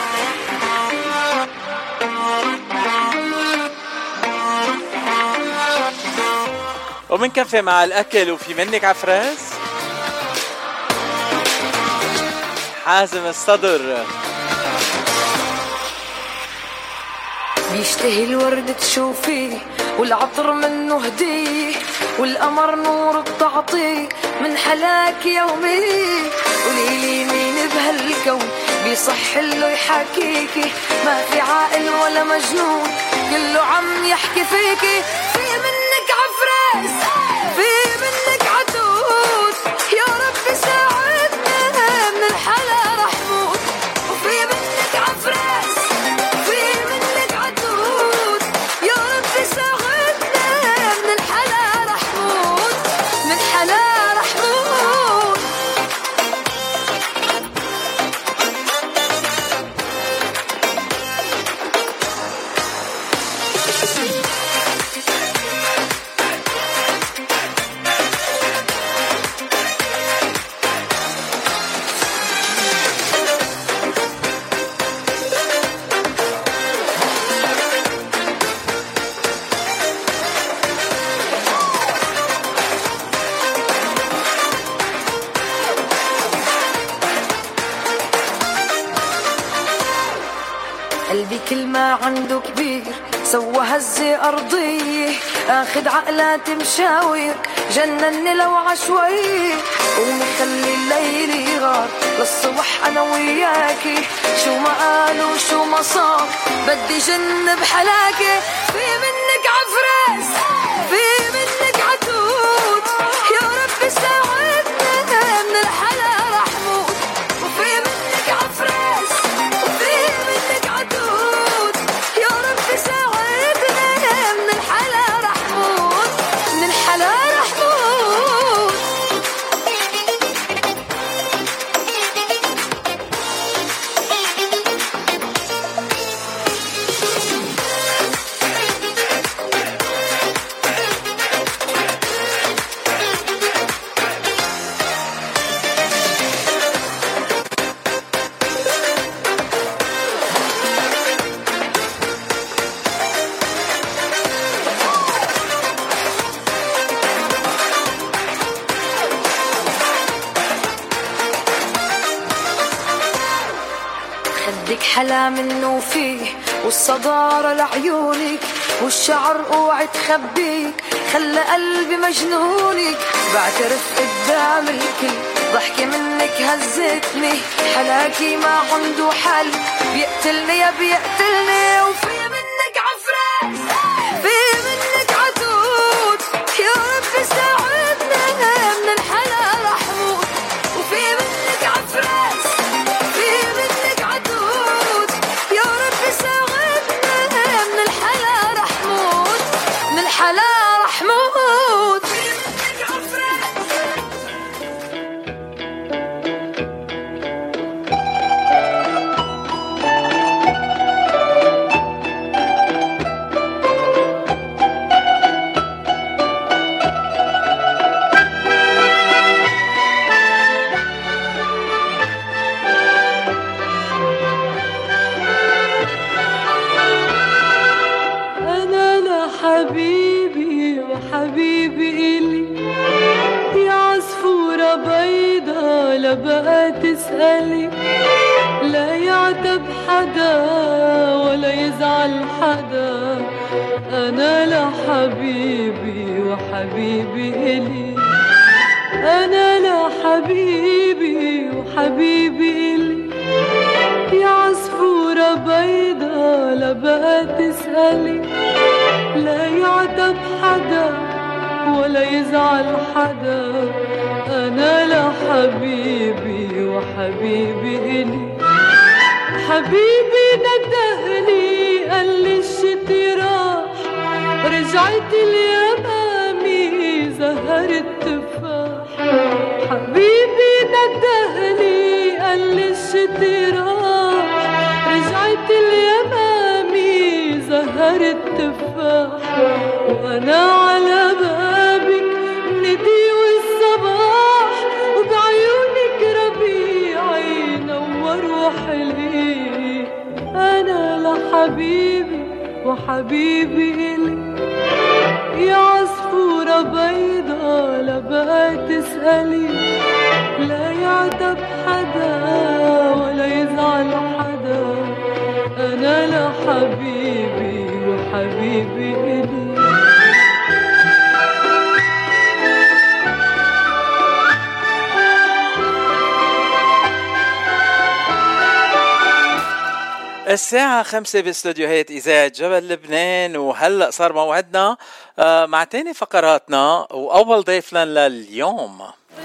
ومنكفي مع الأكل وفي منك عفراس حازم الصدر. بيشتهي الورد تشوفيه والعطر منه هديه والقمر نور بتعطيه من حلاك يومي. قوليلي مين بهالكون بيصح له يحاكيكي؟ ما في عاقل ولا مجنون كله عم يحكي فيكي. في منك عفراس في منك عدود يا رب ساعدنا من الحلا رح موت. وفي منك عفراس في منك عدود يا رب ساعدنا من الحلا رح موت. من الحلا رح موت. قلبي كل ما عنده كبير سوى هزة أرضية أخذ عقلات مشاوير جنني لو عشوائي. قومي خلي الليل يغار للصبح أنا وياكي. شو ما قالوا شو ما صار بدي جن بحلاكي. في منك عفراس في منك عدود يا رب ساعدنا من الحلا رح موت. وفي منك عفراس وفي منك عدود يا رب ساعدنا من الحلا رح موت. من الحلا رح موت. حلا منه فيه والصدارة لعيونك والشعر اوعي تخبيك خلى قلبي مجنونك بعترف قدام الكل ضحكي منك هزتني حلاكي ما عنده حل بيقتلني يا بيقتلني وفي منك عفرة في منك عدود يا رب ساعدنا من الحلا رح موت وفي منك عفرة في منك عدود يا رب ساعدنا من الحلا رح موت من الحلا رح موت في منك عفرة حبيبي وحبيبي إلي يا عصفورة بيضة لا بقى تسألي لا يعتب حدا ولا يزعل حدا أنا لحبيبي وحبيبي إلي أنا لحبيبي وحبيبي إلي يا عصفورة بيضة لا بقى تسألي لا يعتب حدا ولا يزعل حدا أنا لحبيبي وحبيبي إلي حبيبي ندهلي قال لي الشتي راح رجعت اليمامي زهر التفاح حبيبي ندهلي قال لي الشتي راح رجعت اليمامي زهر التفاح وأنا على بابك ندي والصباح وبعيونك ربيعي نور وحلي أنا لحبيبي وحبيبي إلي يا عصفورة بيضة لا بقى تسألي لا يعتب حدا ولا يزعل حدا أنا لحبيبي وحبيبي إلي الساعة 5 باستوديوهات إذاعة جبل لبنان وهلأ صار موعدنا مع تاني فقراتنا وأول ضيف لنا لليوم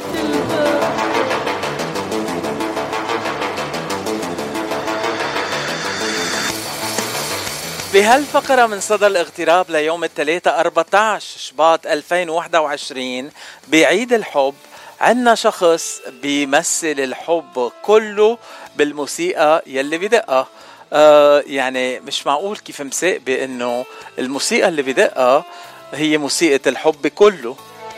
بهالفقرة من صدى الاغتراب ليوم الثلاثاء 14 شباط 2021 بعيد الحب عنا شخص بيمثل الحب كله بالموسيقى يلي بدقها يعني مش معقول كيف مساق بأنه الموسيقى اللي بدقها هي موسيقى الحب كله.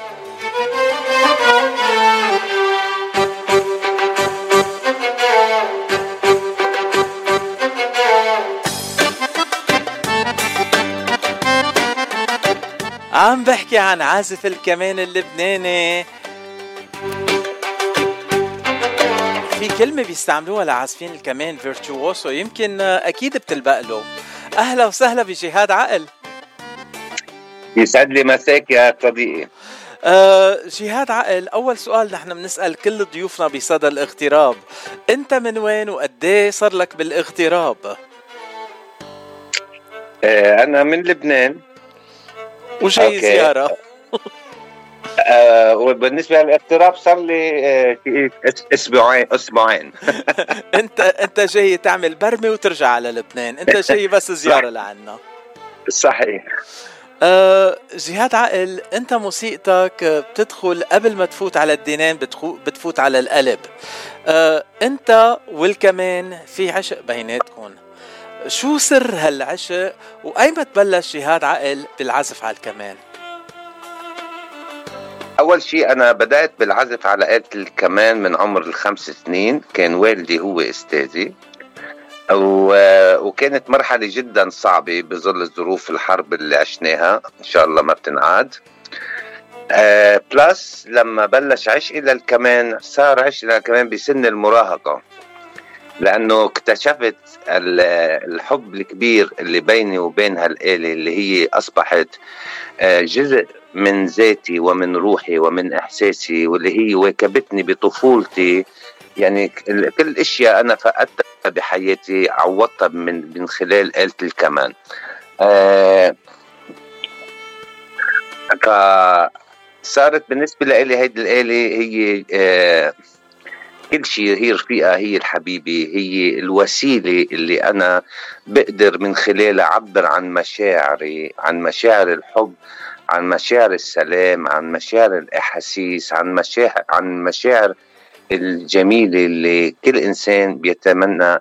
عم بحكي عن عازف الكمان اللبناني. في كلمة بيستعملوها لعازفين الكمان فيرتشووسو يمكن أكيد بتلبق له. أهلا وسهلا بجهاد عقل. يسعد لي مساك يا صديقي. جهاد عقل، أول سؤال نحن بنسأل كل ضيوفنا بصدى الاغتراب، أنت من وين وقديه صار لك بالاغتراب؟ أنا من لبنان وجاي زيارة. وبالنسبة للاغتراب صار لي أسبوعين. أنت جاي تعمل برمة وترجع على لبنان، أنت جاي بس زيارة لعنا. صحيح. جهاد عقل، أنت موسيقتك بتدخل قبل ما تفوت على الدينان بتفوت على القلب. أنت والكمان في عشق بيناتكم، شو سر هالعشق وأيمت بلش جهاد عقل بالعزف على الكمان؟ أول شيء أنا بدأت بالعزف على آلة الكمان من عمر 5 سنين، كان والدي هو أستاذي، وكانت مرحلة جدا صعبة بظل الظروف الحرب اللي عشناها، إن شاء الله ما بتنعاد. بلس لما بلش عشقي للكمان صار عشقي للكمان بسن المراهقة، لأنه اكتشفت الحب الكبير اللي بيني وبين هالآلة اللي هي أصبحت جزء من ذاتي ومن روحي ومن إحساسي، واللي هي واكبتني بطفولتي. يعني كل اشياء انا فقدتها بحياتي عوضتها من خلال آلة الكمان. فصارت بالنسبة لي هيدي الآلة هي كل شيء، هي رفيقة، هي الحبيبة، هي الوسيلة اللي أنا بقدر من خلالها أعبر عن مشاعري، عن مشاعر الحب، عن مشاعر السلام، عن مشاعر الأحاسيس، عن مشاعر الجميلة اللي كل إنسان بيتمنى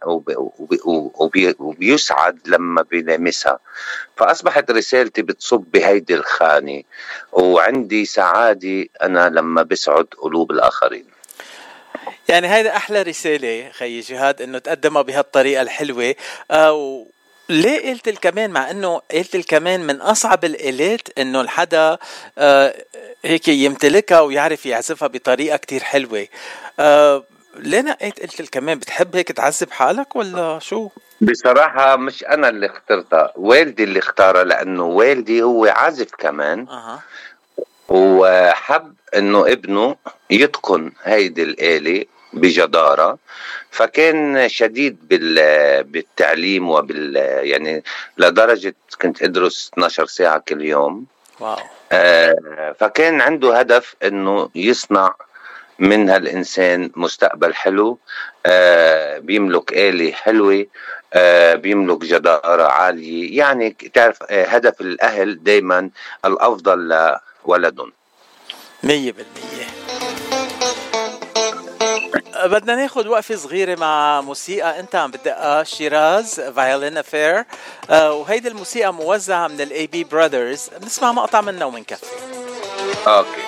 وبيسعد لما بيلمسها. فأصبحت رسالتي بتصب بهيدي الخانة، وعندي سعادة أنا لما بسعد قلوب الآخرين. يعني هيدا أحلى رسالة خي جهاد، إنه تقدمها بهالطريقة الحلوة. ليه آلة الكمان، مع إنه آلة الكمان من أصعب الآلات إنه الحدا هيك يمتلكها ويعرف يعزفها بطريقة كتير حلوة. ليه نقيت آلة الكمان؟ بتحب هيك تعزف حالك ولا شو؟ بصراحة مش أنا اللي اخترتها، والدي اللي اختارها، لأنه والدي هو عازف كمان. وحب إنه ابنه يتقن هيدي الآلة بجدارة، فكان شديد بالتعليم يعني لدرجة كنت أدرس 12 ساعة كل يوم. واو. فكان عنده هدف إنه يصنع من هالإنسان مستقبل حلو، بيملك آلة حلوة، بيملك جدارة عالية. يعني تعرف هدف الأهل دايما الأفضل لولدهم. 100%. بدنا ناخد وقفة صغيرة مع موسيقى انت عم بدقها، شيراز فايولين افير، وهيدي الموسيقى موزعة من الاي بي براذرز. بنسمع مقطع منها ومنكفي. اوكي.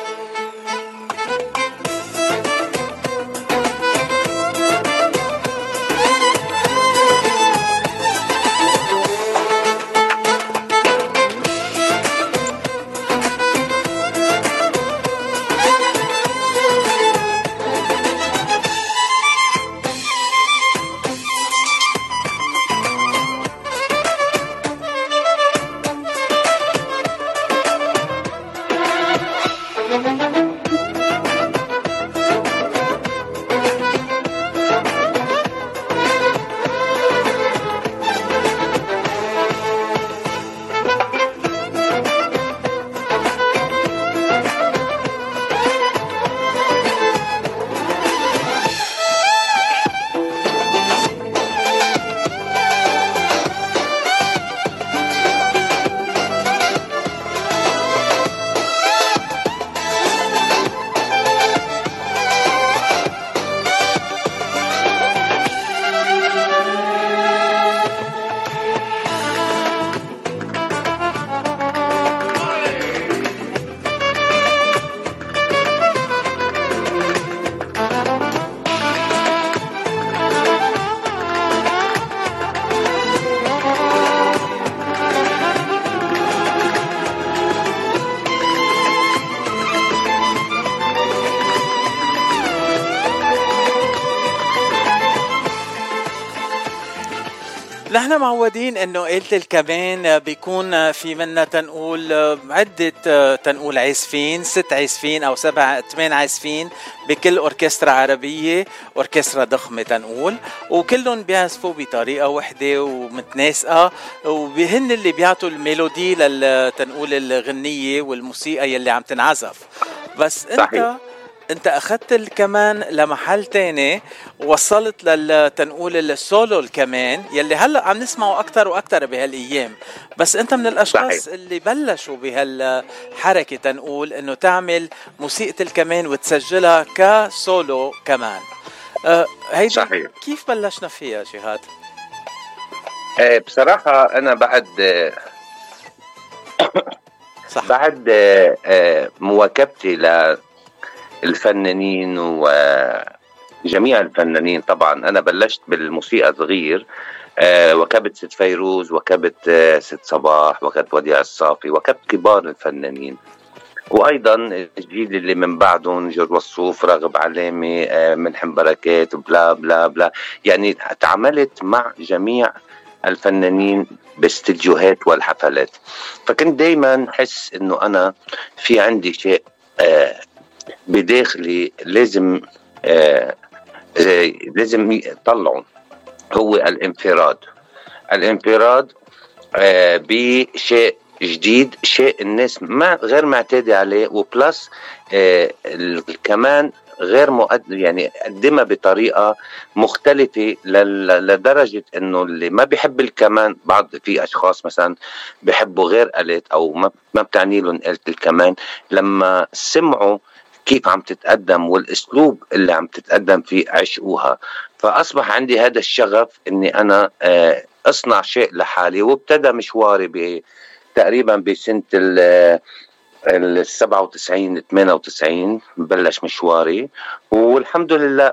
نحن معودين انه آلة الكمان بيكون في منا تنقول عدة تنقول عازفين، 6 عازفين او 7 8 عازفين بكل اوركسترا عربية، اوركسترا ضخمة تنقول، وكلهم بيعزفوا بطريقة وحدة ومتناسقة، وبهن اللي بيعطوا الميلودي للتنقول الغنية والموسيقى يلي عم تنعزف. بس انت اخذت الكمان لمحل تاني، وصلت للتنقول السولو الكمان يلي هلا عم نسمعه اكتر واكتر بهالايام. بس انت من الاشخاص اللي بلشوا بهالحركة تنقول انه تعمل موسيقى الكمان وتسجلها كسولو كمان. هيدا كيف بلشنا فيها جهاد؟ بصراحة انا بعد مواكبتي الفنانين وجميع الفنانين. طبعا أنا بلشت بالموسيقى صغير، وكبت ست فيروز، وكبت ست صباح، وكبت وديع الصافي، وكبت كبار الفنانين. وايضا الجيل اللي من بعدهم جورج وسوف، راغب علامي، ملحم بركات، بلا بلا بلا. يعني تعاملت مع جميع الفنانين باستديوهات والحفلات، فكنت دايما حس انه انا في عندي شيء بداخلي لازم يطلعه، هو الانفراد بشيء جديد، شيء الناس ما غير معتادة عليه، وبلس كمان غير مؤدب، يعني قدمها بطريقة مختلفة لدرجة انه اللي ما بيحب الكمان، بعض في اشخاص مثلا بيحبوا غير آلات او ما بتعني لهم آلة الكمان، لما سمعوا كيف عم تتقدم والاسلوب اللي عم تتقدم فيه عشقوها. فاصبح عندي هذا الشغف اني انا اصنع شيء لحالي، وابتدى مشواري تقريبا بسنة 97 98 بلش مشواري، والحمد لله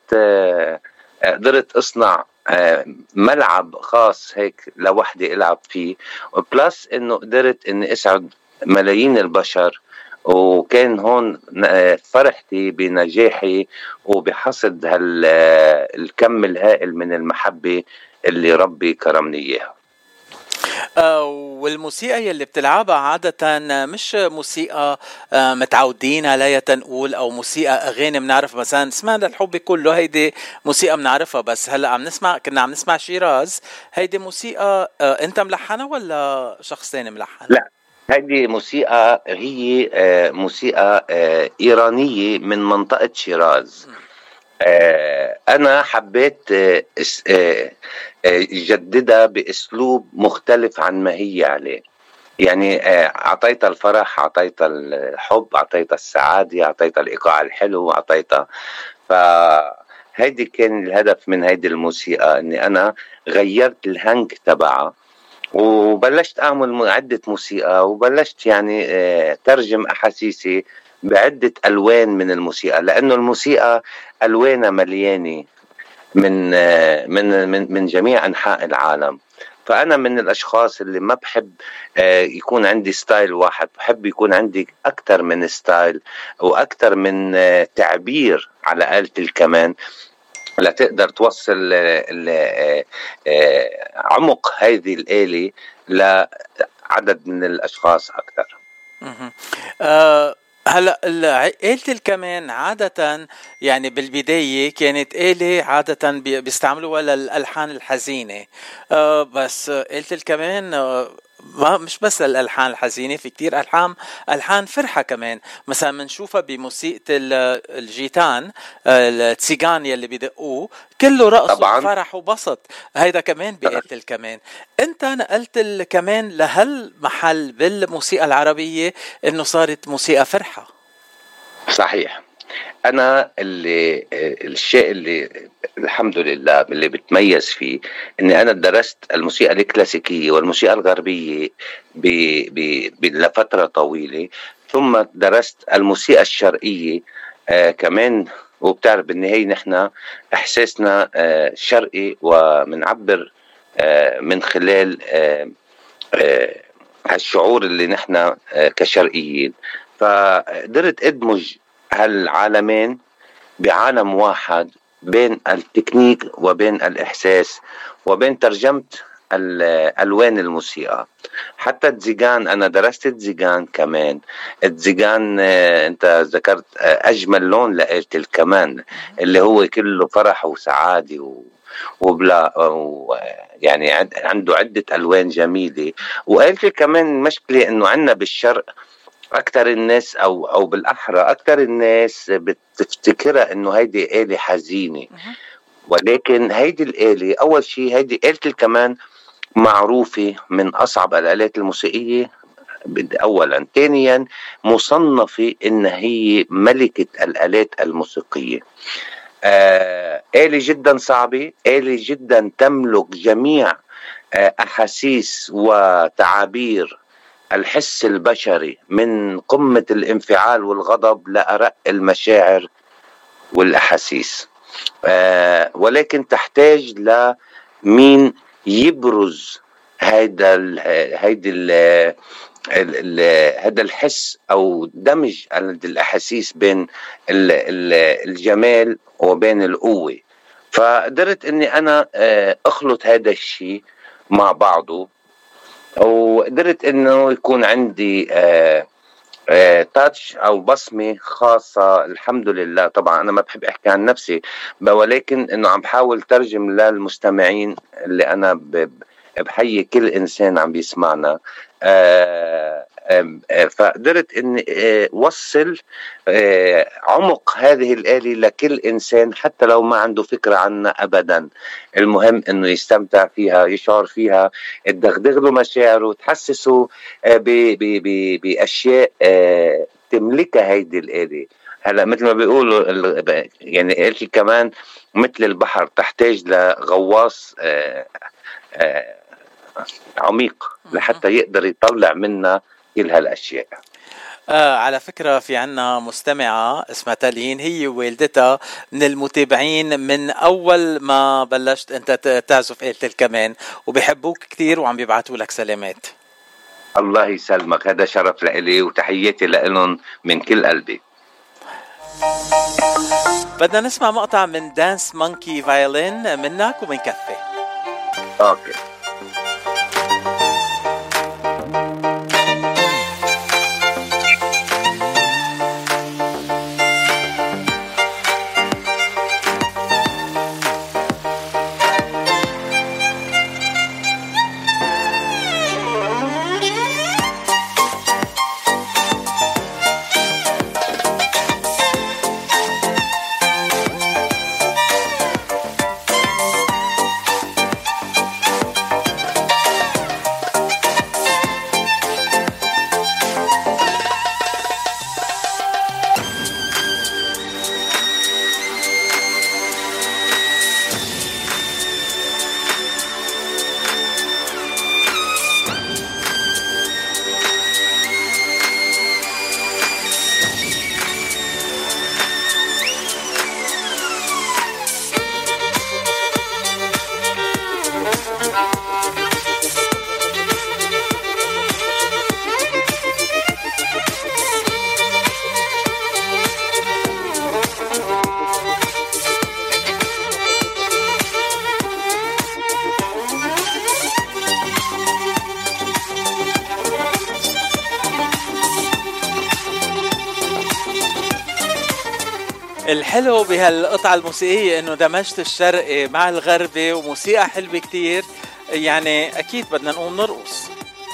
قدرت اصنع ملعب خاص هيك لوحدي العب فيه، وبلس انه قدرت اني اسعد ملايين البشر، وكان هون فرحتي بنجاحي وبحصد الكم الهائل من المحبة اللي ربي كرمني إياها. والموسيقى يلي بتلعبها عادة مش موسيقى متعودين عليها تنقول، أو موسيقى أغاني بنعرف مثلا سمعنا الحب كله، هيدي موسيقى بنعرفها، بس هلأ كنا عم نسمع شيراز، هيدي موسيقى أنت ملحنها ولا شخص تاني ملحن؟ لا، هذه موسيقى هي موسيقى إيرانية من منطقة شيراز. أنا حبيت جددها بأسلوب مختلف عن ما هي عليه، يعني أعطيتها الفرح، أعطيتها الحب، أعطيتها السعادة، أعطيتها الإيقاع الحلو، أعطيتها. فهيدي كان الهدف من هيدي الموسيقى، أني أنا غيرت الهنك تبعها، وبلشت أعمل عدة موسيقى، وبلشت يعني ترجم أحاسيسي بعدة ألوان من الموسيقى، لأنه الموسيقى ألوانها مليانة من جميع أنحاء العالم. فأنا من الأشخاص اللي ما بحب يكون عندي ستايل واحد، بحب يكون عندي أكتر من ستايل وأكتر من تعبير على آلة الكمان، لا تقدر توصل عمق هذه الآلة لعدد من الأشخاص أكثر. هلا آلة الكمان عادة يعني بالبداية كانت آلة عادة بيستعملوها للألحان الحزينة، بس آلة الكمان مش بس للألحان الحزينة، في كتير ألحان فرحة كمان، مثلا منشوفها بموسيقى الجيتان، التسيغان يلي بيدقوه كله رقص وفرح وبسط، هيدا كمان بآلة الكمان. انت نقلت الكمان لهالمحل بالموسيقى العربية انه صارت موسيقى فرحة. صحيح. أنا الشيء اللي الحمد لله اللي بتميز فيه إني أنا درست الموسيقى الكلاسيكية والموسيقى الغربية لفترة طويلة، ثم درست الموسيقى الشرقية كمان. وبتعرف بالنهاية نحن إحساسنا شرقي، ومنعبر من خلال هالشعور اللي نحن كشرقيين. فقدرت أدمج هالعالمين بعالم واحد، بين التكنيك وبين الإحساس وبين ترجمة الألوان الموسيقى. حتى التزيغان، أنا درست التزيغان كمان. التزيغان أنت ذكرت أجمل لون لآلة الكمان، اللي هو كله فرح وسعادة وبلا يعني عنده عدة ألوان جميلة. وآلة الكمان مشكلة إنه عنا بالشرق أكتر الناس أو بالأحرى أكتر الناس بتفتكرها إنه هيدي آلة حزينة، ولكن هيدي الآلة أول شيء هيدي آلة الكمان معروفة من أصعب الآلات الموسيقية أولا، ثانيا مصنفة إن هي ملكة الآلات الموسيقية. آلة جدا صعبة، آلة جدا تملك جميع أحاسيس وتعابير الحس البشري، من قمة الانفعال والغضب لأرق المشاعر والأحاسيس، ولكن تحتاج لمين يبرز هيدا هذا الحس او دمج الاحاسيس بين الجمال وبين القوه. فقدرت اني انا اخلط هذا الشيء مع بعضه، وقدرت انه يكون عندي تاتش او بصمه خاصه. الحمد لله. طبعا انا ما بحب احكي عن نفسي، ولكن انه عم بحاول ترجم للمستمعين اللي انا بحيي كل انسان عم بيسمعنا. فقدرت اني وصل عمق هذه الآلة لكل انسان حتى لو ما عنده فكرة عنها ابدا. المهم انه يستمتع فيها، يشعر فيها، تدغدغ له مشاعره، تحسسه باشياء تملكها هيدي الآلة. هلا مثل ما بيقولوا يعني آلتي كمان مثل البحر تحتاج لغواص عميق لحتى يقدر يطلع منا كل هالاشياء. على فكرة في عنا مستمعة اسمها تالين، هي والدتها من المتابعين من أول ما بلشت أنت تعزف آلة الكمان، وبيحبوك كتير وعم بيبعتوا لك سلامات. الله يسلمك، هذا شرف لإلي وتحياتي لإلهم من كل قلبي. بدنا نسمع مقطع من دانس مونكي فايولين منك ومن كفي. اوكي. الحلو بهالقطعة الموسيقية انه دمجت الشرقي مع الغربي وموسيقى حلوة كتير، يعني اكيد بدنا نقوم نرقص.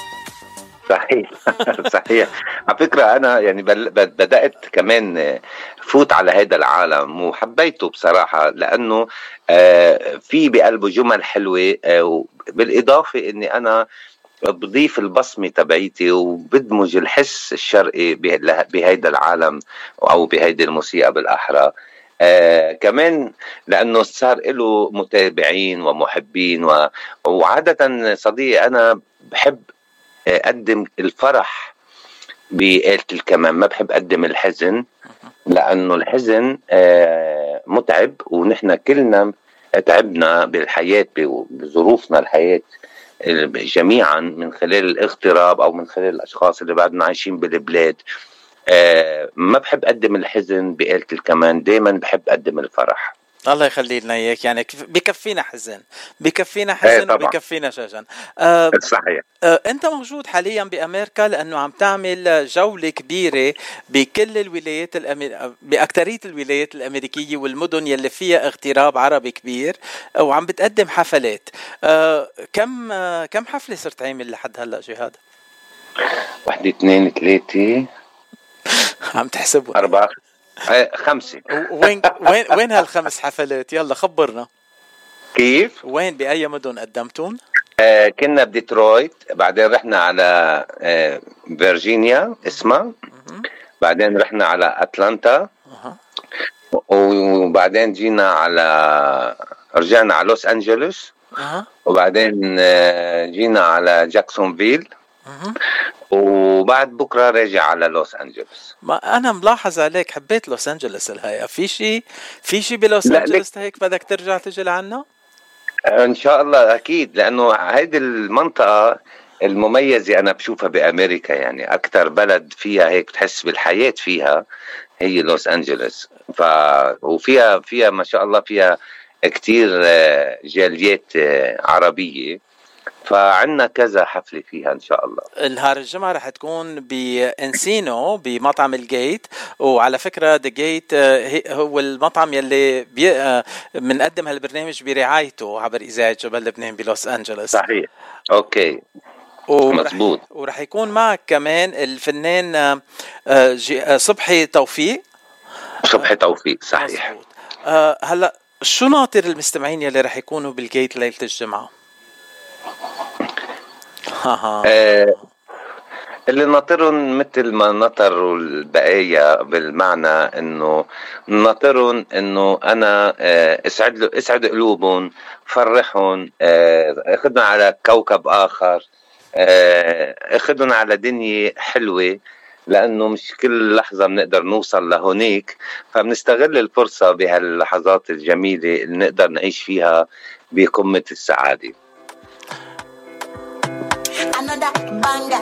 صحيح صحيح. على فكرة أنا يعني بدأت كمان فوت على هذا العالم وحبيته بصراحة، لأنه في بقلبه جمل حلوة، بالإضافة إني أنا بضيف البصمة تبعيتي وبدمج الحس الشرقي بهيدا العالم أو بهيدا الموسيقى بالأحرى. كمان لأنه صار له متابعين ومحبين وعادة صديقي أنا بحب أقدم الفرح بآلة الكمان، ما بحب أقدم الحزن، لأنه الحزن متعب ونحن كلنا تعبنا بالحياة بظروفنا الحياة جميعا من خلال الاغتراب أو من خلال الأشخاص اللي بعدنا عايشين بالبلاد. ما بحب أقدم الحزن بآلة الكمان، دايما بحب أقدم الفرح. الله يخلي لنا اياك، يعني بكفينا حزن، بكفينا حزن وبكفينا شجن. صحيح. انت موجود حاليا بامريكا لانه عم تعمل جولة كبيرة بكل الولايات باكترية الولايات الامريكية والمدن يلي فيها اغتراب عربي كبير، وعم بتقدم حفلات. كم حفلة صرت عامل لحد هلا جهاد؟ 1 2 3 عم تحسبوا 4 5. وين هال5 حفلات؟ يلا خبرنا. كيف؟ وين بأي مدن قدمتون؟ كنا بديترويت، بعدين رحنا على فيرجينيا اسمها، بعدين رحنا على أتلانتا، وبعدين رجعنا على لوس أنجلوس، وبعدين جينا على جاكسونفيل، وبعد بكرة راجع على لوس أنجلوس. ما أنا ملاحظ عليك حبيت لوس أنجلوس الهيئة. في شيء بلوس أنجلوس هيك بدك ترجع تجي لعنا؟ ان شاء الله اكيد، لانه هيدي المنطقه المميزه انا بشوفها بامريكا، يعني اكثر بلد فيها هيك بتحس بالحياه فيها هي لوس انجلوس. وفيها ما شاء الله فيها كتير جاليات عربيه، فعنا كذا حفله فيها ان شاء الله. نهار الجمعة رح تكون بانسينو بمطعم الجيت. وعلى فكرة ذا جيت هو المطعم يلي منقدم هالبرنامج برعايته عبر إذاعة جبل لبنان بلوس أنجلوس. صحيح، اوكي، مزبوط. ورح يكون معك كمان الفنان صبحي توفيق. صبحي توفيق، صحيح. مزبوط. هلا شو ناطر المستمعين يلي رح يكونوا بالجيت ليلة الجمعة؟ اللي ناطرهم مثل ما نطروا البقايا، بالمعنى انه ناطرهم انه انا اسعد قلوبهم، فرحهم، اخذهم على كوكب اخر، اخذهم على دنيا حلوة، لانه مش كل لحظة بنقدر نوصل لهونيك، فبنستغل الفرصة بهاللحظات الجميلة اللي نقدر نعيش فيها بقمة السعادة. Another banger.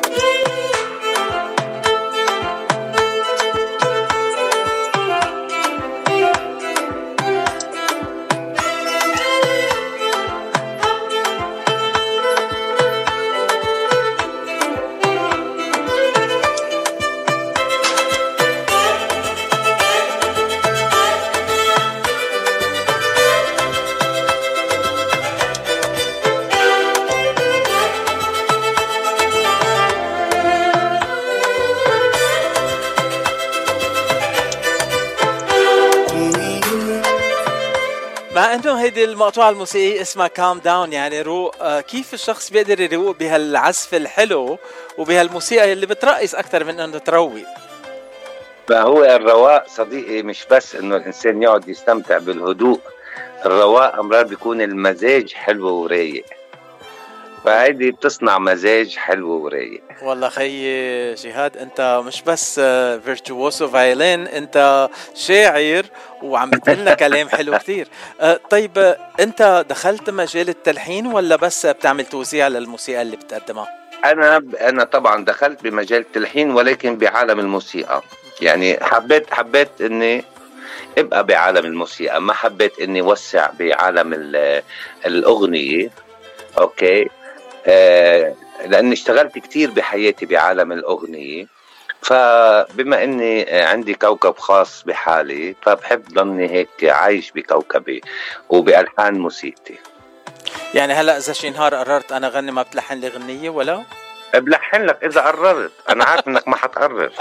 مع انه هيدي المقطوعة الموسيقية اسمها كام داون، يعني روق. كيف الشخص بيقدر يروق بهالعزف الحلو وبهالموسيقى اللي بترقص اكتر من انه تروي؟ فهو الرواق صديقي مش بس انه الانسان يقعد يستمتع بالهدوء، الرواق امرار بيكون المزاج حلو ورايق، فهيدي بتصنع مزاج حلو ورايق. والله خيي جهاد، انت مش بس فيرتووسو فايلين، انت شاعر وعم بتقلنا كلام حلو كتير. طيب انت دخلت مجال التلحين ولا بس بتعمل توزيع للموسيقى اللي بتقدمها؟ انا طبعا دخلت بمجال التلحين، ولكن بعالم الموسيقى، يعني حبيت اني ابقى بعالم الموسيقى، ما حبيت اني وسع بعالم الاغنية. اوكي، لاني اشتغلت كتير بحياتي بعالم الاغنية، فبما اني عندي كوكب خاص بحالي، فبحب ضلني هيك عايش بكوكبي وبألحان موسيقتي. يعني هلا اذا شي نهار قررت انا غني، ما بتلحن لي غنية ولا؟ بلحن لك اذا قررت، انا عارف انك ما حتقرر.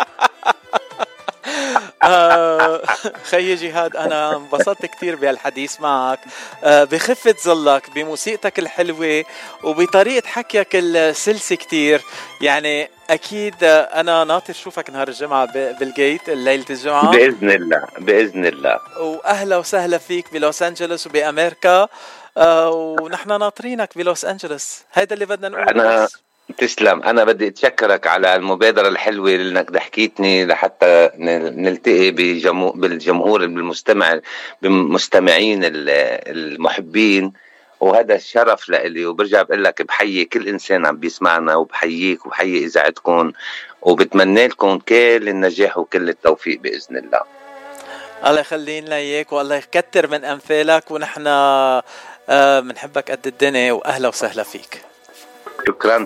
خي جهاد، أنا انبسطت كتير بهالحديث معك، بخفة ظلك، بموسيقتك الحلوة، وبطريقة حكيك السلسة كتير. يعني أكيد أنا ناطر شوفك نهار الجمعة بالجيت ليلة الجمعة بإذن الله، بإذن الله. وأهلا وسهلا فيك بلوس أنجلوس وبأمريكا، ونحن ناطرينك بلوس أنجلوس. هيدا اللي بدنا نقوله. أنا تسلم، أنا بدي أتشكرك على المبادرة الحلوة اللي إنك ضحكيتني لحتى نلتقي بالجمهور بمستمعين المحبين، وهذا الشرف لإلي. وبرجع بقول لك بحيي كل إنسان عم بيسمعنا، وبحييك وبحيي إذاعتكم، وبتمنى لكم كل النجاح وكل التوفيق بإذن الله. الله يخلي لنا إياك، والله يكتر من أمثالك، ونحن بنحبك قد الدنيا، وأهلا وسهلا فيك. شكرا.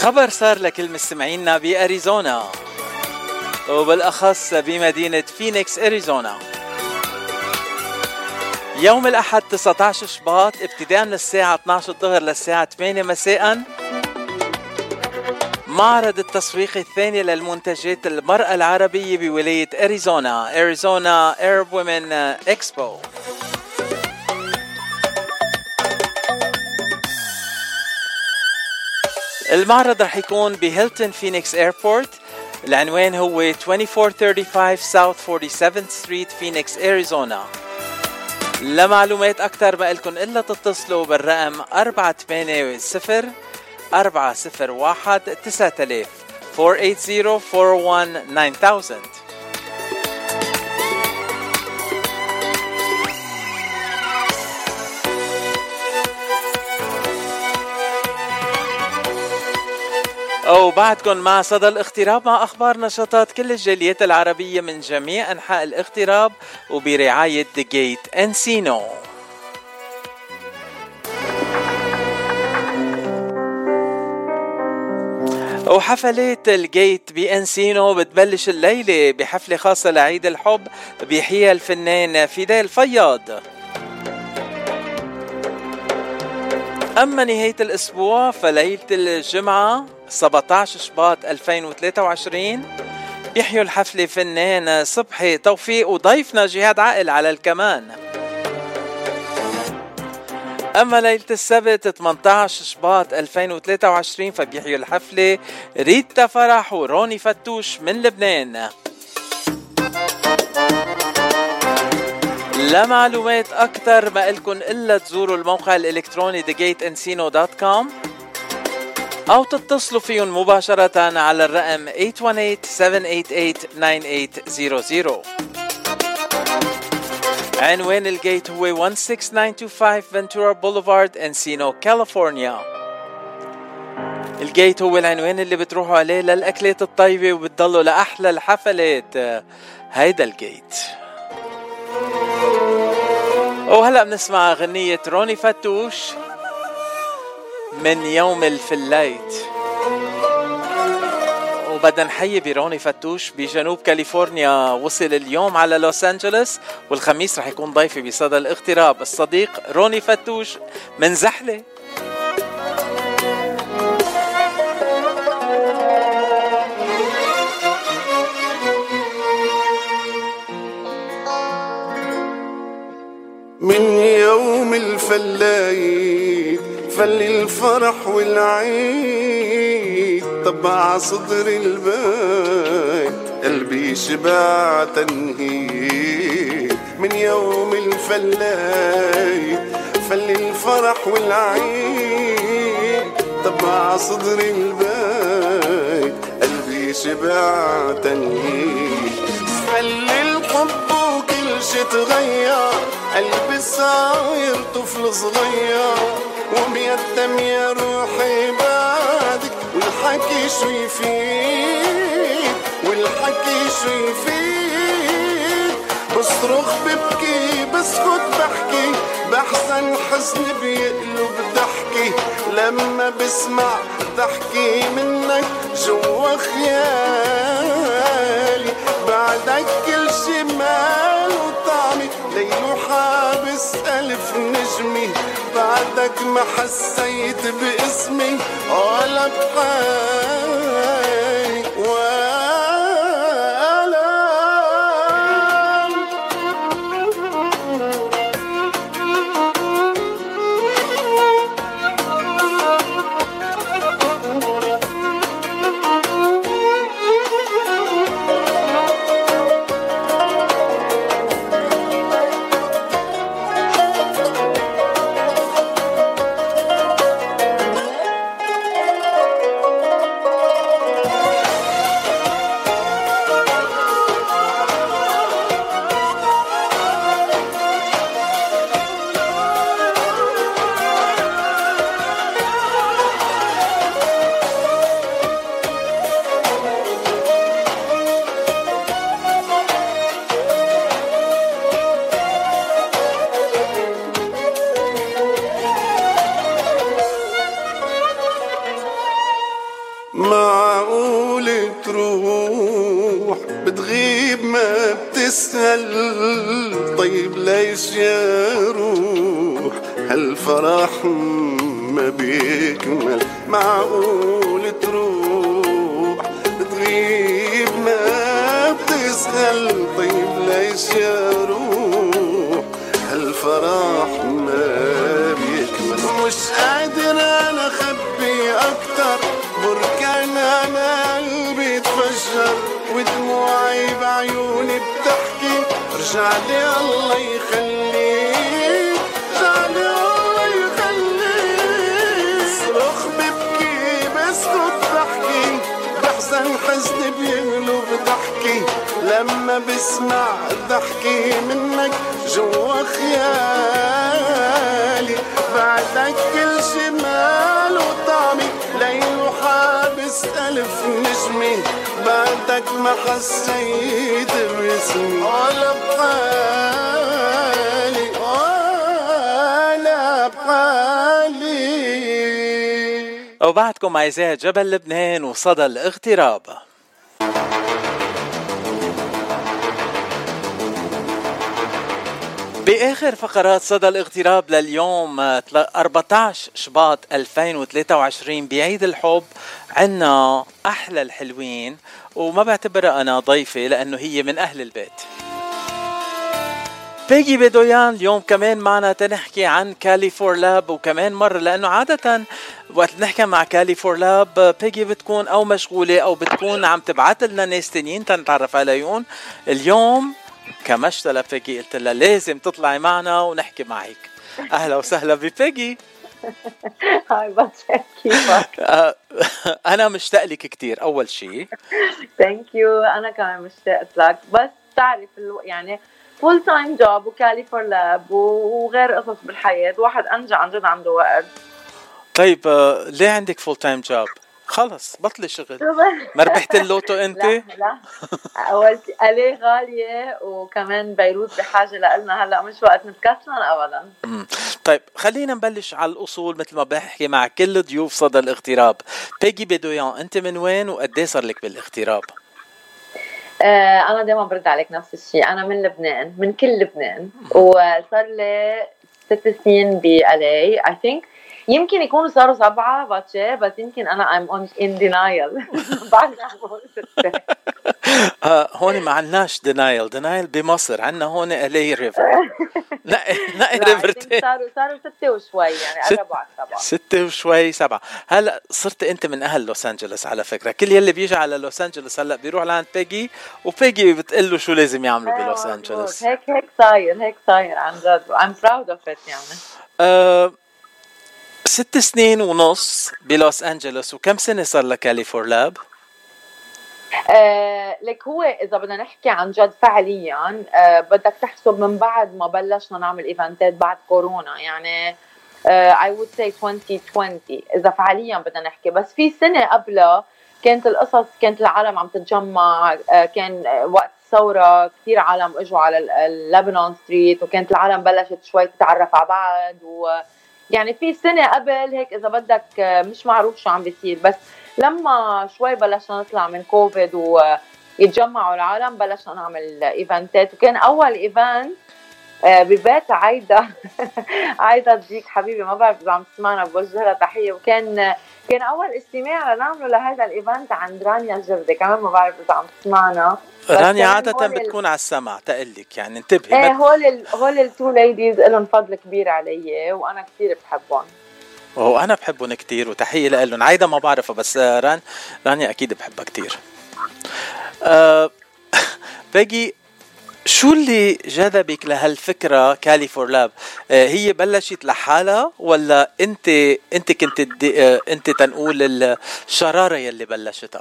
خبر صار لكل مستمعينا بأريزونا وبالأخص بمدينة فينيكس أريزونا. يوم الأحد 19 شباط ابتداء من الساعة 12 الظهر للساعة 8 مساء معرض التسويق الثاني للمنتجات المرأة العربية بولاية أريزونا Arab Women Expo. المعرض رح يكون بهيلتون فينيكس ايربورت. العنوان هو 2435 South 47th Street Phoenix Arizona. لمعلومات أكثر ما لكم إلا تتصلوا بالرقم 480 401 9000 480 41 9000. أو بعدكم مع صدى الاغتراب مع أخبار نشاطات كل الجاليات العربية من جميع أنحاء الاغتراب وبرعاية The Gate Encino. وحفلات الجيت بأنسينو بتبلش الليلة بحفلة خاصة لعيد الحب بيحييها الفنان فيدال فياض. أما نهاية الأسبوع فليلة الجمعة 17 شباط 2023 بيحيوا الحفلة فنان صبحي توفيق وضيفنا جهاد عقل على الكمان. أما ليلة السبت 18 شباط 2023 فبيحيوا الحفلة ريتا فرح وروني فتوش من لبنان. لمعلومات أكتر ما إلكن إلا تزوروا الموقع الإلكتروني thegateencino.com أو تتصلوا فيهم مباشرة على الرقم 818-788-9800. عنوان الجيت هو 16925 فنتورا بوليفارد انسينو كاليفورنيا. الجيت هو العنوان اللي بتروحوا عليه للأكلات الطيبة وبتضلوا لأحلى الحفلات. هيدا الجيت. وهلأ بنسمع غنية روني فتوش من يوم الفلايت. وبدنا نحيي بروني فتوش بجنوب كاليفورنيا، وصل اليوم على لوس أنجلوس والخميس رح يكون ضيفي بصدى الاغتراب الصديق روني فتوش من زحلة. من يوم الفلايت فل الفرح والعيد طبع صدر البيت قلبي شبع تنهيد. من يوم الفلايت فل الفرح والعيد طبع صدر البيت قلبي شبع تنهيد. فل الحب وكل شي تغير قلبي صاير طفل صغير وبيتم يا روحي بعدك والحكي شو يفيد والحكي شو يفيد. بصرخ ببكي بسكت بحكي بحزن حزن بيقلب ضحكي لما بسمع ضحكي منك جوا خيالي. بعدك كل شي مال وطعمي ليل وحابس ألف نجمي بعدك ما حسيت باسمي ولا بحالي تروح بتغيب ما بتسأل طيب ليش يا روح هالفرح ما بيكمل معقول تروح بتغيب ما بتسأل طيب ليش يا روح هالفرح ما بيكمل مش قادر انا اخبي اكتر بركان انا قلبي اتفجر ودموعي بعيوني بتحكي ارجع لي الله يخليك ارجع لي الله يخليك صرخ ببكي بسكت بحكي بحزن حزني بيغلب ضحكي لما بسمع ضحكي منك جوا خيالي بعدك كل شي ماله طعمي ليل وحابس ألف نجمي بعدك ما حسيت باسمي ولا بحالي ولا بحالي. وبعدكم أعزائي جبل لبنان وصدى الاغتراب. بآخر فقرات صدى الاغتراب لليوم 14 شباط 2023 بعيد الحب عنا أحلى الحلوين وما بعتبرها أنا ضيفة لأنه هي من أهل البيت. بيجي بدويان اليوم كمان معنا تنحكي عن كالي فور لاب وكمان مرة لأنه عادة وقت نحكي مع كالي فور لاب بيجي بتكون أو مشغولة أو بتكون عم تبعت لنا ناس تانيين تنتعرف عليهم. اليوم كمشتلة بيجي قلت لها لازم تطلعي معنا ونحكي معك. أهلا وسهلا ببيجي. هاي باتشا كيفك؟ أنا مشتاق لك كتير أول شيء. ثانك يو أنا كمان مشتاقت لك بس تعرف يعني فول تايم جوب وكالي فور لاب وغير قصص بالحياة واحد أنجى عن جد عنده وقت. طيب ليه عندك فول تايم جوب؟ خلص بطلي شغل. ما ربحت اللوتو انت؟ لا اول شيء عليه غاليه وكمان بيروت بحاجه لنا هلا مش وقت نتكسلن ابدا. طيب خلينا نبلش على الاصول مثل ما بحكي مع كل ضيوف صدى الاغتراب. بيجي بدويان انت من وين وقد ايه صار لك بالاغتراب؟ انا دائما برد عليك نفس الشيء انا من لبنان من كل لبنان وصار لي 6 سنين بLA I think يمكن يكونوا صاروا 7 باتشي بس يمكن أنا I'm in denial بعد هون ما عندناش denial بمصر عندنا هون LA river نقي river صاروا 6 وشوي يعني قربوا على 7 6 وشوي 7. هلا صرت أنت من أهل لوس أنجلوس على فكرة كل يلي بيجي على لوس أنجلوس هلا بيروح لعند بيجي وبيجي بتقله شو لازم يعملوا بلوس أنجلوس. هيك صاير عن جد I'm proud of it يعني. 6 سنين ونص بلوس أنجلوس وكم سنة صار لك كالي فور لاب؟ لك هو إذا بدنا نحكي عن جد فعليا بدك تحسب من بعد ما بلشنا نعمل إيفنتات بعد كورونا يعني I would say 2020 إذا فعليا بدنا نحكي بس في سنة قبلها كانت القصص كانت العالم عم تتجمع كان وقت الثورة كثير عالم اجوا على اللبنان ستريت وكانت العالم بلشت شوي تتعرف على بعض يعني في سنة قبل هيك إذا بدك مش معروف شو عم بيصير بس لما شوي بلشنا نطلع من كوفيد ويتجمعوا العالم بلشنا نعمل إيفنتات وكان أول إيفنت ببيت عايدة تجيك حبيبي ما بعرف إذا عم تسمعنا بوجه لها تحية وكان أول اجتماع لنعمله لهذا الإيفنت عند رانيا الجردة كمان ما بعرف إذا عم تسمعنا. رانيا عادة بتكون على السمع تقلك يعني انتبهي. ايه هول التو ليديز لهم فضل كبير علي وانا كثير بحبهم. وانا بحبهم كثير وتحية لهم. عايدة ما بعرفها بس رانيا اكيد بحبها كثير. باقي شو اللي جذبك لهالفكرة كالي فور لاب؟ هي بلشت لحالها ولا انت كنت انت تنقول الشرارة يلي بلشتها؟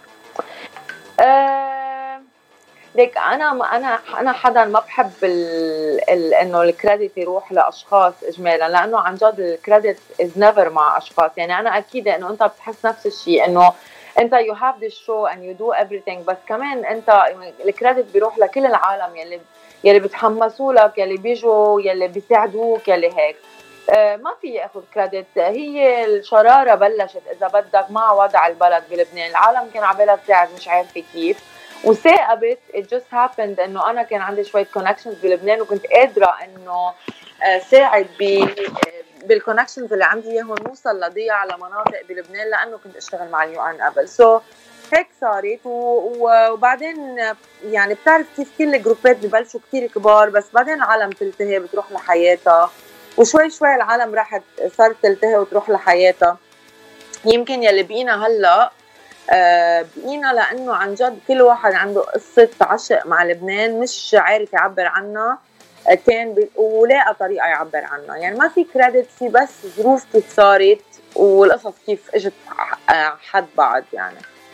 ليك انا حدا ما بحب انه الكريدت يروح لاشخاص اجمالا لانه عن جد الكريدت از نيفر مع اشخاص يعني انا اكيد انه انت بتحس نفس الشيء انه انت you have this show and you do everything بس كمان انت الكريدت بيروح لكل العالم يلي بيتحمسوا لك يلي بيجوا يلي بيساعدوك يلي هيك ما في اخذ كريدت. هي الشراره بلشت اذا بدك مع وضع البلد بلبنان، العالم كان عبالها تساعد مش عارفه كيف، وثاقبت. it just happened انه انا كان عندي شويه كونكشنز بلبنان وكنت قادره انه ساعد بالكونكشنز اللي عندي اياهم نوصل لضيع على مناطق بلبنان، لانه كنت اشتغل مع اليو ان قبل. سو هيك صارت وبعدين يعني بتعرف كيف كل الجروبات ببلشوا كتير كبار، بس بعدين العالم تلتهي بتروح لحياتها، وشوي شوي العالم راحت صارت تلتهي وتروح لحياتها. يمكن يلي بقينا هلا بقينا لانه عن جد كل واحد عنده قصه عشق مع لبنان مش عارف يعبر عنها، كان ولاقى طريقه يعبر عنها. يعني ما في كريدت، في بس ظروف كيف صارت والقصص كيف اجت حد بعض. يعني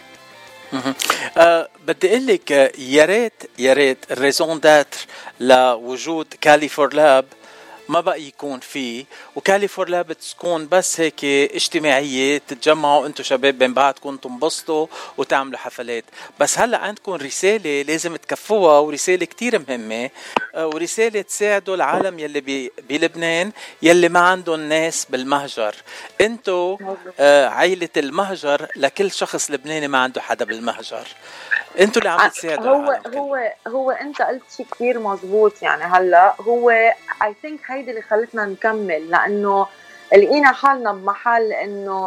بدي اقول لك يا ريت الريزون داتر لوجود كالي فور لاب ما بقى يكون فيه، وكالي فور لاب تكون بس هيك اجتماعية، تتجمعوا انتو شباب بين بعضكم تنبسطوا وتعملوا حفلات. بس هلأ عندكم رسالة لازم تكفوها، ورسالة كتير مهمة، ورسالة تساعدوا العالم يلي بلبنان يلي ما عندهم ناس بالمهجر. انتو عائلة المهجر لكل شخص لبناني ما عنده حدا بالمهجر، انتو اللي عم تساعدوا. هو انت قلت شيء كثير مزبوط. يعني هلا هو I think هيدي اللي خلتنا نكمل، لانه لقينا حالنا بمحل انه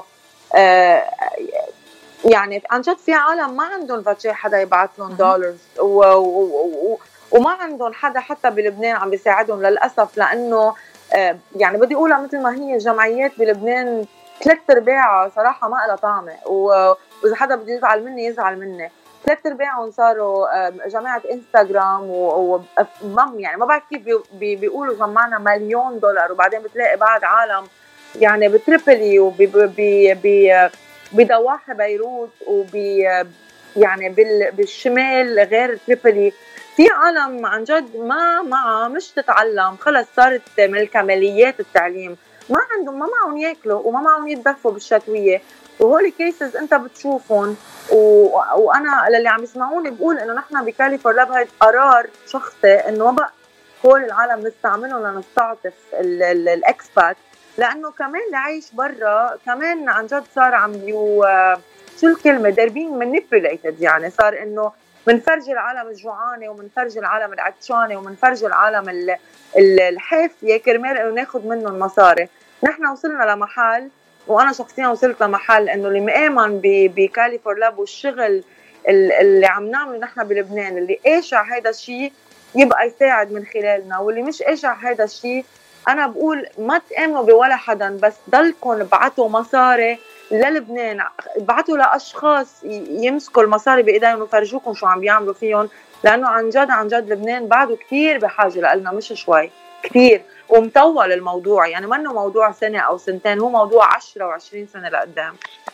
يعني عن جد في عالم ما عندهم فاتشي حدا يبعث لهم دولارز، وما عندهم حدا حتى بلبنان عم بيساعدهم للاسف، لانه يعني بدي اقولها مثل ما هي، جمعيات بلبنان 3/4 صراحه ما لها طعمه، واذا حدا بده يزعل مني يزعل مني. 3/4 صاروا جماعة انستغرام يعني ما بعرف كيف بيقولوا جمعنا $1,000,000، وبعدين بتلاقي بعض عالم يعني بتريبلي وبضواحي بيروت يعني بالشمال غير تريبلي. في عالم عن جد ما مش تتعلم، خلص صارت من الكماليات التعليم، ما معهم ياكلوا وما معهم يتدفوا بالشتوية. وهولي كيسز انت بتشوفهم، وانا للي عم يسمعوني بقول انه نحن بكالي فور لاب هاي قرار شخصي انه ما بقى هول العالم نستعملهم لنستعطف الاكسبات، لانه كمان اللي عايش برا كمان عن جد صار عم شو الكلمه they're being manipulated. يعني صار انه منفرج العالم الجوعانه ومنفرج العالم العطشانه ومنفرج العالم الحافيه كرمال انه ناخذ منهم مصاري. نحن وصلنا لمحل، وانا شخصيا وصلت لمحل انه اللي مآمن بكالي فور لاب والشغل اللي عم نعمله نحن بلبنان، اللي قاشع هيدا الشيء يبقى يساعد من خلالنا، واللي مش قاشع هيدا الشيء انا بقول ما تآمنوا بولا حدا، بس ضلكم ابعتوا مصاري للبنان، ابعتوا لاشخاص يمسكوا المصاري بايديهم ويفرجوكم شو عم بيعملوا فيهم، لانه عن جد لبنان بعده كتير بحاجه لنا، مش شوي، كتير. ومطول الموضوع، يعني منه موضوع سنة أو سنتين، هو موضوع 10 و20 سنة لقدام.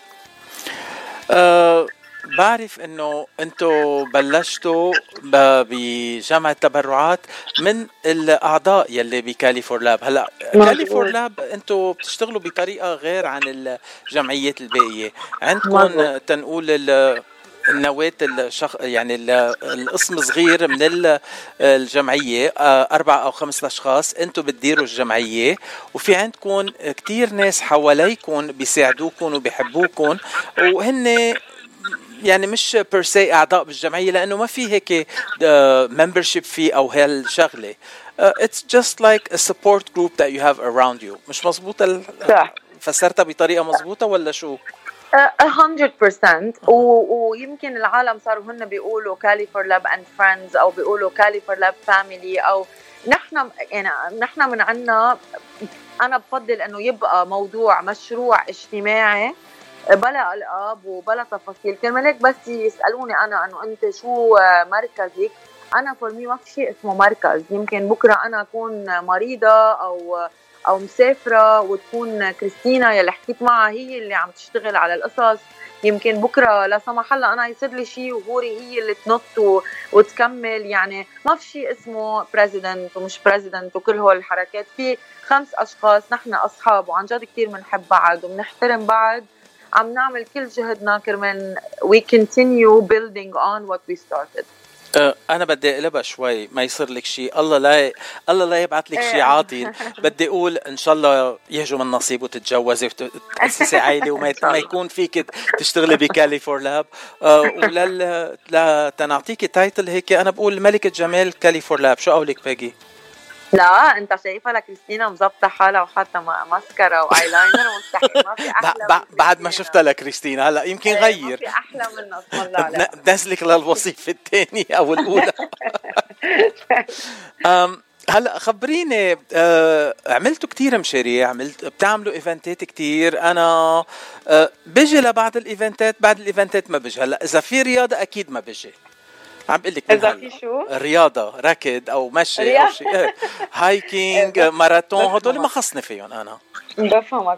بعرف انه انتو بلشتوا بجمع التبرعات من الاعضاء يلي بكالي فور لاب. هلا كالي فور لاب انتو بتشتغلوا بطريقة غير عن الجمعيات الباقية، عندكم تنقول النواة يعني القسم صغير من الجمعية 4 أو 5 أشخاص، أنتم بتديروا الجمعية، وفي عندكم كتير ناس حواليكم بيساعدوكم وبيحبوكم، وهن يعني مش بيرسي أعضاء بالجمعية، لأنه ما في هيك membership fee أو هالشغلة. It's just like a support group that you have around you. مش مظبوطة؟ فسرتها بطريقة مظبوطة ولا شو؟ 100%. ويمكن العالم صاروا هن بيقولوا كالي فور لاب اند فريندز، او بيقولوا كالي فور لاب فاميلي، او نحن من عنا. انا بفضل انه يبقى موضوع مشروع اجتماعي بلا القاب وبلا تفاصيل. كرمال هيك بس يسالوني انا انه انت شو مركزك، انا فور مي ما في شيء اسمه مركز. يمكن بكره انا اكون مريضه او مسافره، وتكون كريستينا يلي حكيت معها هي اللي عم تشتغل على القصص. يمكن بكره لا سمح الله انا يصير لي شيء وهوري هي اللي تنط وتكمل. يعني ما في شيء اسمه بريزيدنت ومش بريزيدنت وكل هول الحركات. في 5 أشخاص نحن اصحاب وعن جد كثير بنحب بعض وبنحترم بعض، عم نعمل كل جهدنا كرمال we continue building on what we started. انا بدي اقلبها شوي، ما يصير لك شيء، الله لا يبعث لك شيء عاطل. بدي اقول ان شاء الله يهجم النصيب وتتجوزي وتأسسي عائله وما يكون فيك تشتغلي بكاليفورلاب. تنعطيكي تايتل هيك، انا بقول ملكة جمال كاليفورلاب. شو قولك باجي؟ لا انت شايفه لكريستينا مزبطه حالها وحاطه ماسكارا وايلاينر ومستحيل ما في احلى بعد ما شفتها لكريستينا. هلا يمكن غير، ما في احلى منها اسم الله. لا نزلك للوصيفه الثانيه او الاولى. هلا خبريني، عملتوا كتير مشاريع، بتعملوا ايفنتات كتير. انا بيجي لبعض الايفنتات، بعد الايفنتات ما بيجي. هلا اذا في رياضه اكيد ما بيجي. عم بقول لك اذا في شو رياضه، ركض او مشي او شيء، هايكينج، ماراثون، هدول ما خصني فيهم. انا بفهمك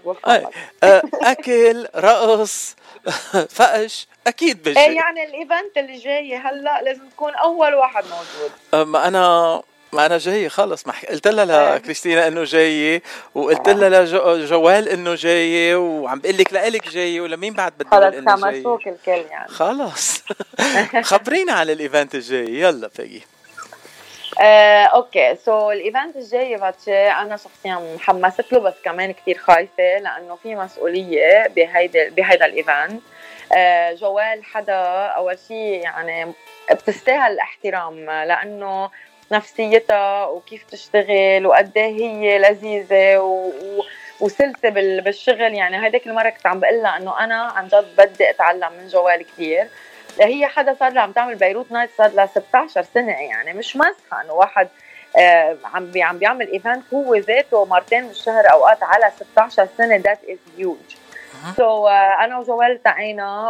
اكل، رقص، فقش اكيد بيجي. يعني الايفنت اللي جاي هلا لازم تكون اول واحد موجود. ما أنا جاي خلص. ما قلت لها لكريستينا إنه جاي، وقلت لها لجوال إنه جاي، وعم بقول لك لإلك جاي، ولمين بعد بدي أقول إنه جاي. خمسوك الكل يعني. خلاص. خبرينا على الإيفنت الجاي. يلا باجي. اوكي، سو الايفنت الجاي باتشي انا شخصيا محمست له، بس كمان كتير خايفه لانه في مسؤوليه بهيدا الايفنت. جوال حدا اول شيء يعني بتستاهل الاحترام، لانه نفسيتها وكيف تشتغل وقد هي لذيذه وسلسه بالشغل. يعني هيداك المره كنت عم بقول لها انه انا عن جد بدي اتعلم من جوال كثير. هي حدا صار لها عم تعمل بيروت نايت صار لها 16 سنه، يعني مش مزحه انه واحد عم بيعمل ايفنت هو ذاته مرتين بالشهر اوقات على 16 سنه. ذات از هيوج. سو انا وجوال التقينا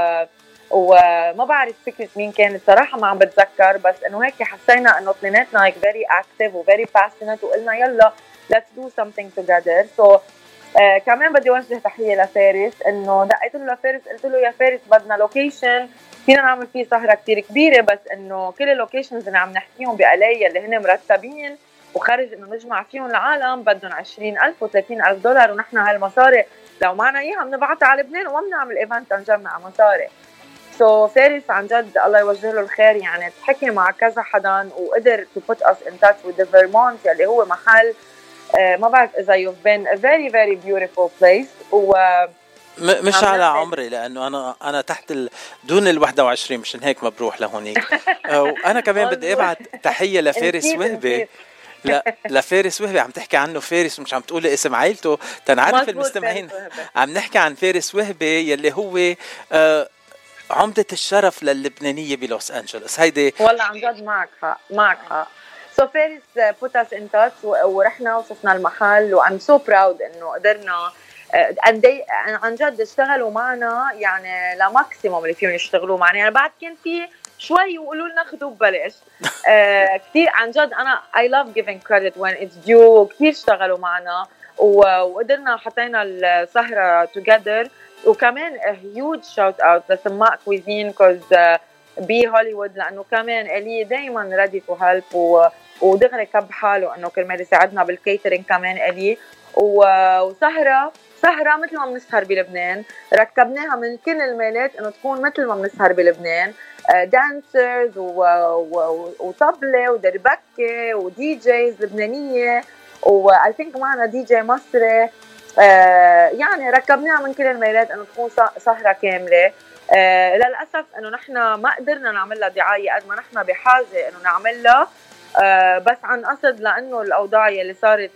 وما بعرف فكرة مين كانت صراحة، ما عم بتذكر، بس انه هيك حسينا انه اثنيناتنا هيك very active و very passionate، وقلنا يلا let's do something together. so كمان بدي وجه تحية لفارس، انه دقيت له لفارس قلت له يا فارس بدنا لوكيشن فينا نعمل فيه سهرة كتير كبيرة، بس انه كل اللوكيشنز اللي عم نحكيهم بقلايا اللي هن مرتبين وخارج انه نجمع فيهم العالم بدهم 20,000 و30,000 $، ونحن هالمصاري لو معنا اياها بنبعتها على لبنان وما بنعمل ايفنت نجمع مصاري. فارس عن جد الله يوجه له الخير، يعني تحكي مع كذا حدا وقدر to put us in touch with the Vermont اللي هو محل ما بعرف إذا you've been a very very beautiful place. مش على عمري، لأنه أنا تحت دون 21، مشان هيك ما بروح لهونيك. وأنا كمان بدي أبعت تحية لفارس وهبي. لفارس وهبي عم تحكي عنه فارس ومش عم تقولي اسم عائلته تنعرف المستمعين. عم نحكي عن فارس وهبي يلي هو عمدة الشرف للبنانية بلوس أنجلوس. هيدي والله عن جد معك حق. فارس put us in touch ورحنا وشفنا المحل وأم so proud إنه قدرنا عن جد اشتغلوا معنا يعني لماكسيموم اللي فيهم يشتغلوا معنا. يعني بعد كان في شوي يقولوا لنا خذوا ببلاش. كتير عن جد أنا I love giving credit when it's due. كتير اشتغلوا معنا وقدرنا حطينا السهرة together. وكمان a huge shout out لسماء كويزين بهوليوود، لأنه كمان إلي دايما ready to help ودغري كب حاله إنه كرمال يساعدنا بالكيترينج كمان إلي. وسهرة مثل ما بنسهر بلبنان، ركبناها من كل الميلات إنه تكون مثل ما بنسهر بلبنان، دانسرز وطبلة ودربكة ودي جيز لبنانية، وآي ثينك معنا دي جي مصري. يعني ركبناها من كل الميلات انه تكون سهرة كاملة. للأسف انه نحن ما قدرنا نعمل لها دعاية قد ما نحن بحاجة انه نعملها، بس عن قصد لانه الاوضاع اللي صارت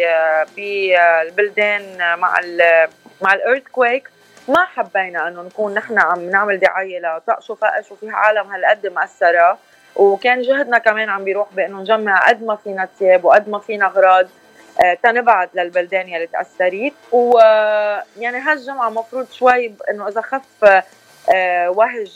بالبلدان مع الارثكويك ما حبينا انه نكون نحن عم نعمل دعاية لطقش وفقش وفي عالم هالقد مأثرة. وكان جهدنا كمان عم بيروح بانه نجمع قد ما فينا ثياب وقد ما فينا اغراض تنبعد للبلدان يلي تأثرت. ويعني هالجمعة مفروض شوي انه اذا خف وهج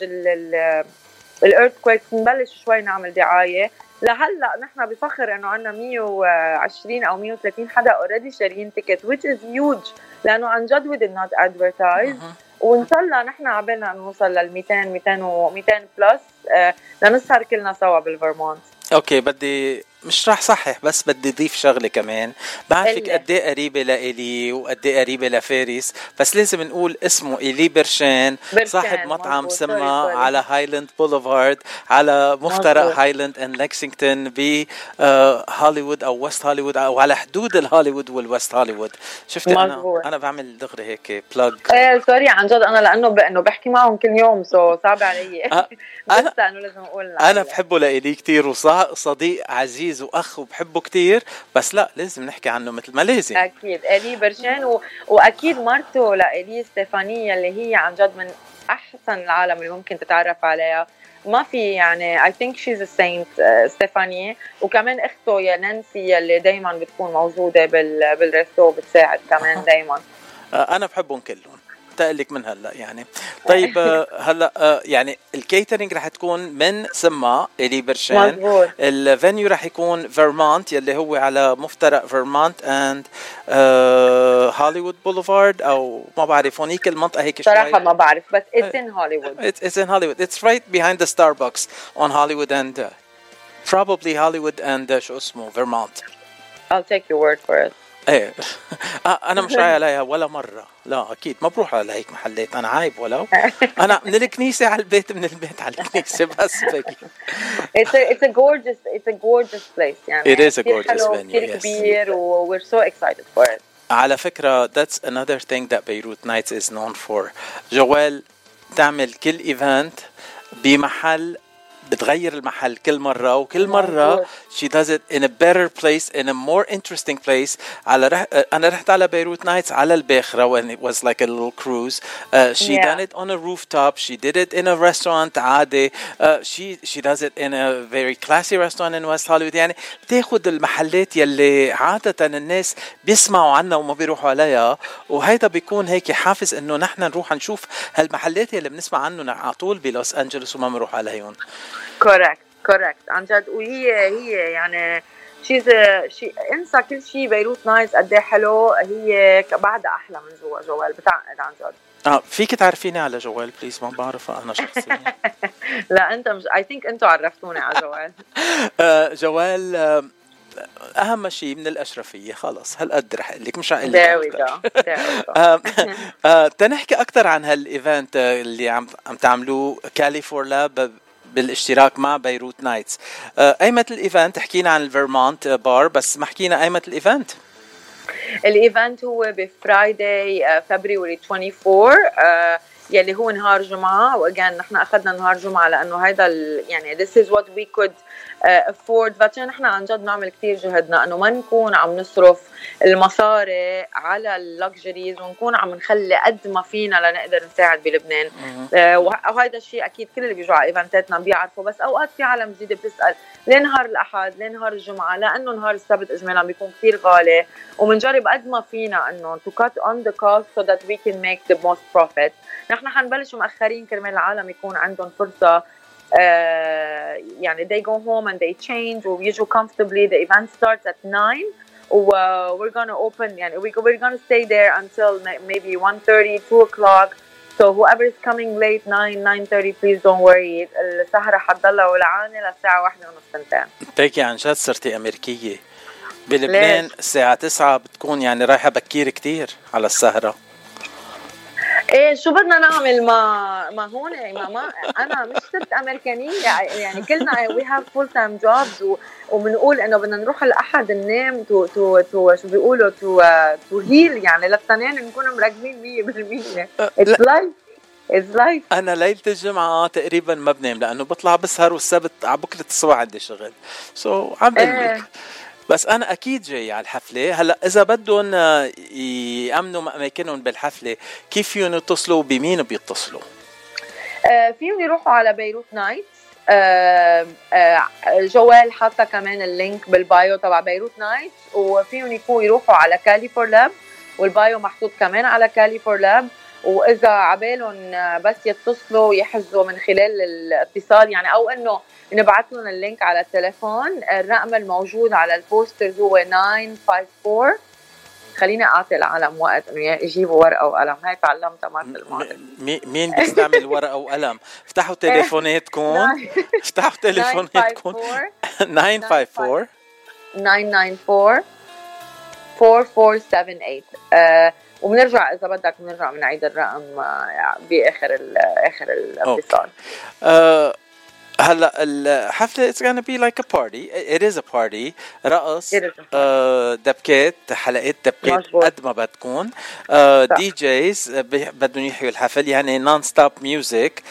الارثكويك نبلش شوي نعمل دعاية. لهلا نحن بفخر انه عنا 120 او 130 حدا اوريدي شاريين تيكت which is huge، لانه عن جد we did not advertise. وان شاء الله نحن عبالنا نوصل لل 200 بلس لنسهر كلنا سوا بالفرمونت. اوكي، بدي مش راح صحح، بس بدي اضيف شغله كمان. بعرفك قلي. قد ايه قريبه لإلي وقد ايه قريبه لفارس، بس لازم نقول اسمه إيلي برشان، صاحب مطعم مظبوط. سما سوري. على هايلاند بوليفارد على مفترق مظبوط. هايلاند اند لكسينغتون بهوليوود او ويست هوليوود، او على حدود الهوليوود والويست هوليوود. شفتي مظبوط. انا بعمل دغري هيك بلاج. ايه سوري عن جد، انا لانه بحكي معهم كل يوم صعب علي. بس لانه لازم اقول انا بحبه لإلي كتير وصديق عزيز واخ وبحبه كتير، بس لا لازم نحكي عنه مثل ما لازم. اكيد إيلي برشان واكيد مرته لإلي ستيفانية اللي هي عن جد من احسن العالم اللي ممكن تتعرف عليها. ما في يعني I think she's a saint ستيفانية. وكمان اخته يا نانسي اللي دايما بتكون موجودة بالريستو بتساعد كمان دايما. انا بحبهم كلهم تقلك من هلا يعني. طيب هلا يعني الكيترينج رح تكون من سما إيلي برشان. مزبوط. الفينيو رح يكون فيرمونت يلي هو على مفترق فيرمونت اند هوليوود بوليفارد، او ما بعرف هونيك المنطقه هيك شوي. صراحة ما بعرف بس it's in Hollywood. It's in Hollywood. It's right behind the Starbucks on Hollywood and probably Hollywood and شو اسمه Vermont. I'll take your word for it. ايه انا مش رايح عليها ولا مره، لا اكيد ما بروح على هيك محلات، انا عايب ولو انا من الكنيسه على البيت، من البيت على الكنيسه بس بقي. It's a gorgeous place يعني. It is a gorgeous venue. كتير كبير و we're so excited for it. على فكره that's another thing that Beirut Nights is known for. جوال تعمل كل ايفنت بمحل، بتغير المحل كل مرة، وكل مرة she does it in a better place, in a more interesting place. أنا رحت على بيروت نايتس على الباخرة when it was like a little cruise. She done it on a rooftop. She did it in a restaurant عادي. She does it in a very classy restaurant in West Hollywood. يعني بتاخد المحلات يلي عادة الناس بيسمعوا عنها وما بيروحوا عليها، وهيدا بيكون هيك حافز إنه نحن نروح نشوف هالمحلات يلي بنسمع عنهم على طول بلوس أنجلوس وما بنروح عليهم. correct عن جد. وهي يعني انسى كل شيء. بيروت نايتس قد ايه حلو، هي بعدها احلى من جوا. جوال بتعقد عن جد. فيك تعرفيني على جوال بليز؟ ما بعرف انا شخصيا. لا انت مش I think انتوا عرفتوني على جوال. جوال اهم شيء من الاشرفيه. خلص هالقد رح اقول لك، مش هقول لك. تنحكي اكثر عن هالايفنت اللي عم تعملوه كالي فور لاب بالاشتراك مع بيروت نايتس. ايمة الايفنت؟ حكينا عن الفيرمونت بار، بس ما حكينا ايمة الايفنت. الايفنت هو بفرايداي فبراير 24 يلي هو نهار جمعة. وأجان نحن أخذنا نهار جمعة لأنه هيدا يعني this is what we could afford. فعشان نحن عن جد نعمل كتير جهدنا أنه ما نكون عم نصرف المصاري على اللكجريز، ونكون عم نخلي قد ما فينا لنقدر نساعد بلبنان. وهذا الشيء أكيد كل اللي بيجوا على إيفنتاتنا بيعرفوا، بس أوقات في عالم جديدة بتسأل ليه نهار الأحد، ليه نهار الجمعة؟ لأنه نهار السبت إجمالا بيكون كتير غالي، ومنجرب قد ما فينا أنه to cut on the cost so that we can make the most profit. نحن حنبلش مؤخرين كرمال العالم يكون عندهم فرصة يعني they go home and they change ويجوا comfortably. The event starts at 9 we're gonna open يعني we're gonna stay there until maybe 1:30, 2 o'clock. So whoever is coming late 9:30 please don't worry. السهرة حتضلها ولعانة للساعة 1:30. بتحكي عن جد صرتي أمريكية. بلبنان الساعة 9 بتكون يعني رايحة بكير كتير على السهرة. ايه شو بدنا نعمل؟ ما هون ما انا مش صرت امريكانيه يعني كلنا we have full time jobs وبنقول انه بدنا نروح الاحد ننام تو شو بيقولوا تو هيل يعني للتنين نكون مركزين 100%. It's life. انا ليله الجمعه تقريبا ما بنام لانه بطلع بسهر، والسبت على بكره الصبح عندي شغل. عم بقول بس أنا أكيد جاي على الحفلة. هلأ إذا بدهم يأمنوا أماكنهم بالحفلة كيف يتصلوا؟ بمين بيتصلوا؟ فيهم يروحوا على بيروت نايتس. جوال حاطة كمان اللينك بالبايو تبع بيروت نايتس، وفيهم يروحوا على كالي فور لاب والبايو محطوط كمان على كالي فور لاب. وإذا عبالهم بس يتصلوا يحجزوا من خلال الاتصال يعني، أو إنه نبعث لهم اللينك على التليفون. الرقم الموجود على البوسترز هو 954. خليني أعطي العالم وقت إنه يجيبوا ورقة وقلم. هاي تعلمتها مرة الماضي. مين بيستعمل ورقة وقلم؟ افتحوا تليفوناتكم. افتحوا تليفوناتكم. 954 994 4478. وبنرجع اذا بدك بنرجع بنعيد الرقم باخر اخر الاتصال. هلا الحفله it's gonna be like a party. It is a party. رقص، دبكات، حلقات دبكات قد ما بتكون، دي جيز بدهم يحيوا الحفل، يعني نون ستوب ميوزك،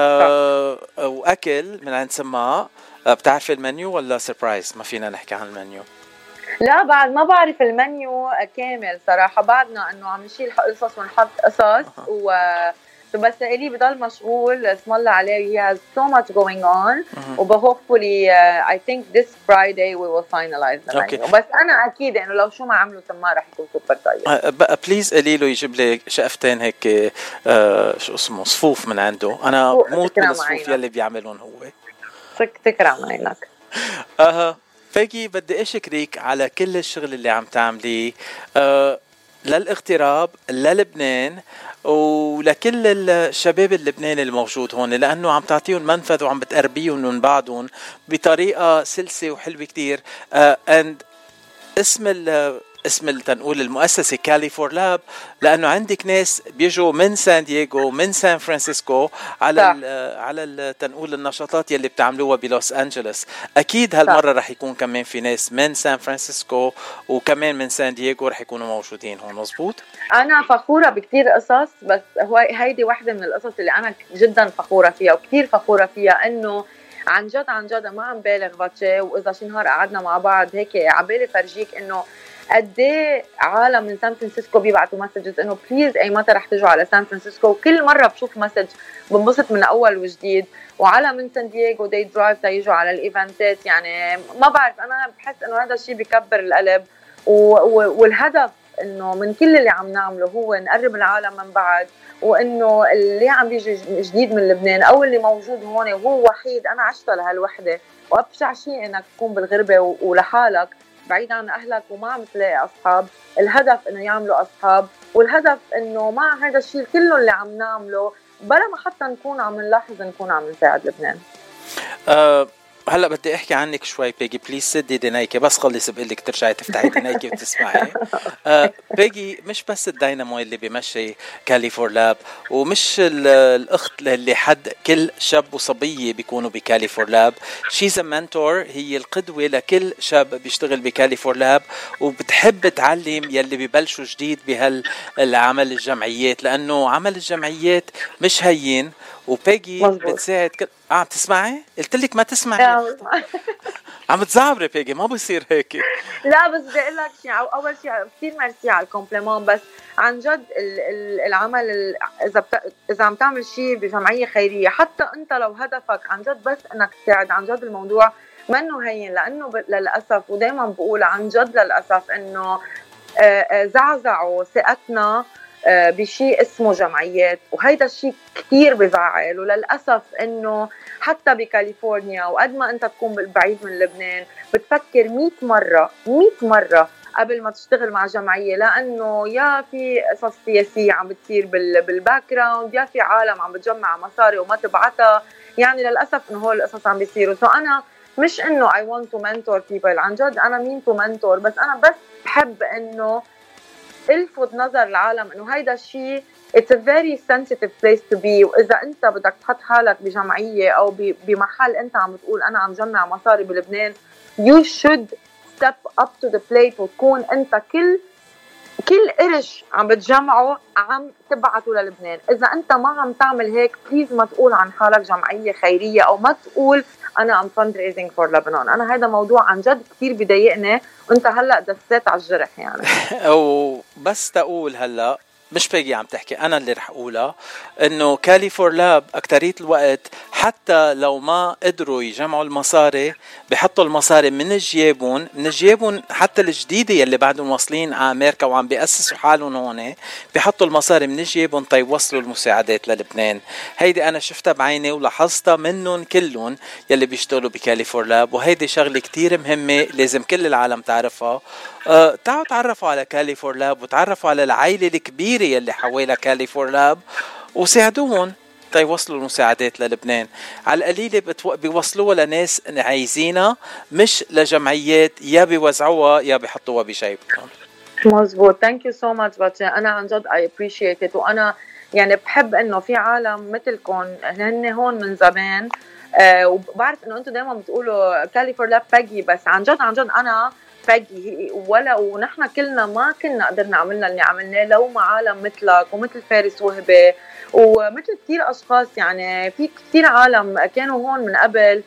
واكل من عند سماء. بتعرف المنيو ولا سربرايز؟ ما فينا نحكي عن المنيو. لا بعد ما بعرف المنيو كامل صراحة، بعدنا انه عم نشيل قصص ونحط قصص بس إلي بضل مشغول اسم الله عليه. He has so much going on hopefully I think this Friday we will finalize the menu. بس أنا أكيد إنه لو شو ما عملوا سماه رح يكون سوبر طيب. بليز قلي له يجيب لي شقفتين هيك شو اسمه صفوف من عنده. أنا موت من الصفوف يلي بيعملون هو. تكرم عينك. فاجي بدي أشكرك على كل الشغل اللي عم تعمليه للاغتراب للبنان ولكل الشباب اللبناني الموجود هون، لأنه عم تعطيهم منفذ وعم بتقربيهم من بعضهم بطريقة سلسة وحلوة كتير. and اسم تنقول المؤسسة كالي فور لاب، لأنه عندك ناس بيجوا من سان دييغو من سان فرانسيسكو على تنقول النشاطات يلي بتعملوها بلوس أنجلوس. أكيد هالمرة رح يكون كمان في ناس من سان فرانسيسكو وكمان من سان دييغو رح يكونوا موجودين هون. مزبوط. أنا فخورة بكتير قصص، بس هيدي واحدة من القصص اللي أنا جدا فخورة فيها وكتير فخورة فيها، إنه عن جد ما عم بالغ باتشي. وإذا شي نهار قعدنا مع بعض هيك عبالي فرجيك إنه قديه عالم من سان فرانسيسكو بيبعتوا مسجز انه بليز اي متى رح تجوا على سان فرانسيسكو. وكل مره بشوف مسج بنبسط من اول وجديد. وعلى من سان دييغو دي درايف تيجوا على الايفنتات. يعني ما بعرف، انا بحس انه هذا الشيء بيكبر القلب والهدف انه من كل اللي عم نعمله هو نقرب العالم من بعض، وانه اللي عم بيجي جديد من لبنان او اللي موجود هون وهو وحيد. انا عشت لهالوحده، وابشع شيء انك تكون بالغربه ولحالك بعيد عن أهلك وما عم تلاقي أصحاب. الهدف إنه يعملوا أصحاب، والهدف إنه مع هذا الشيء كله اللي عم نعمله بلا ما حتى نكون عم نلاحظ نكون عم نساعد لبنان. هلا بدي احكي عنك شوي بيجي. بليز سدي دينايكي، بس خلص بقلك ترجعي تفتحي دينايكي وتسمعي. بيجي مش بس الدينامو اللي بيمشي كالي فور لاب، ومش الاخت اللي حد كل شاب وصبيه بيكونوا بكالي فور لاب. شيز منتور، هي القدوه لكل شاب بيشتغل بكالي فور لاب وبتحب تعلم يلي ببلشوا جديد بهالعمل الجمعيات، لانه عمل الجمعيات مش هين. وبيجي بتساعد عم تسمعي؟ قلت لك ما تسمعي. عم تزعبري بيجي، ما بصير هيك. لا بس بدي اقول لك شيء. اول شيء كثير ميرسي على الكومبليمون، بس عن جد العمل اذا عم تعمل شيء بجمعيه خيريه، حتى انت لو هدفك عن جد بس انك تساعد، عن جد الموضوع منه هين. لانه للاسف، ودائما بقول عن جد للاسف، انه زعزعوا ثقتنا بشيء اسمه جمعيات، وهيدا الشيء كتير بزعل. وللأسف انه حتى بكاليفورنيا وقد ما انت تكون بعيد من لبنان بتفكر 100 مرة قبل ما تشتغل مع جمعية، لأنه يا في قصص سياسية عم بتصير بالباك جراوند، يا في عالم عم بتجمع مصاري وما تبعتها. يعني للأسف انه هول القصص عم بيصيروا. أنا مش انه I want to mentor people، عن جد أنا مين to mentor، بس أنا بس بحب انه الفت نظر العالم انه هيدا الشيء it's a very sensitive place to be. واذا انت بدك تحط حالك بجمعيه او بمحل انت عم بتقول انا عم جمع مصاري بلبنان، you should step up to the plate وتكون انت كل قرش عم بتجمعه عم تبعته للبنان. اذا انت ما عم تعمل هيك بليز ما تقول عن حالك جمعيه خيريه، او ما تقول انا ام fundraising for Lebanon. انا هذا موضوع عن جد كثير بضايقني، وانت هلا دسيت على الجرح يعني. او بس تقول هلا مش باقي عم تحكي، أنا اللي رح أقولها، إنه كالي فور لاب أكترية الوقت حتى لو ما قدروا يجمعوا المصاري بيحطوا المصاري من جيبهم حتى الجديدة يلي بعدهم واصلين على أمريكا وعم بيأسسوا حالهم هون، بيحطوا المصاري من جيبهم يوصلوا المساعدات للبنان. هيدي أنا شفتها بعيني ولاحظتها منهم كلهم يلي بيشتغلوا بكالي فور لاب، وهيدي شغلة كتير مهمة لازم كل العالم تعرفها. تعالوا تعرفوا على كالي فور لاب وتعرفوا على العائلة الكبيرة يلي حوالي كالي فور لاب وساعدوهم. تيوصلوا المساعدات للبنان، على القليلة بيوصلوها لناس عايزينها، مش لجمعيات يا بيوزعوها يا بيحطوها بجيبهم. مزبوط. ثانك يو سو ماتش باتشي، انا عن جد اي ابريشيت ات، وانا يعني بحب انه في عالم مثلكم هن هون من زمان. وبعرف انه انتم دائما بتقولوا كالي فور لاب باجي، بس عن جد انا باجي، ولا ونحن كلنا ما كنا قدرنا عملنا اللي عملناه لو مع عالم مثلك ومثل فارس وهبه ومثل كثير اشخاص. يعني في كثير عالم كانوا هون من قبل،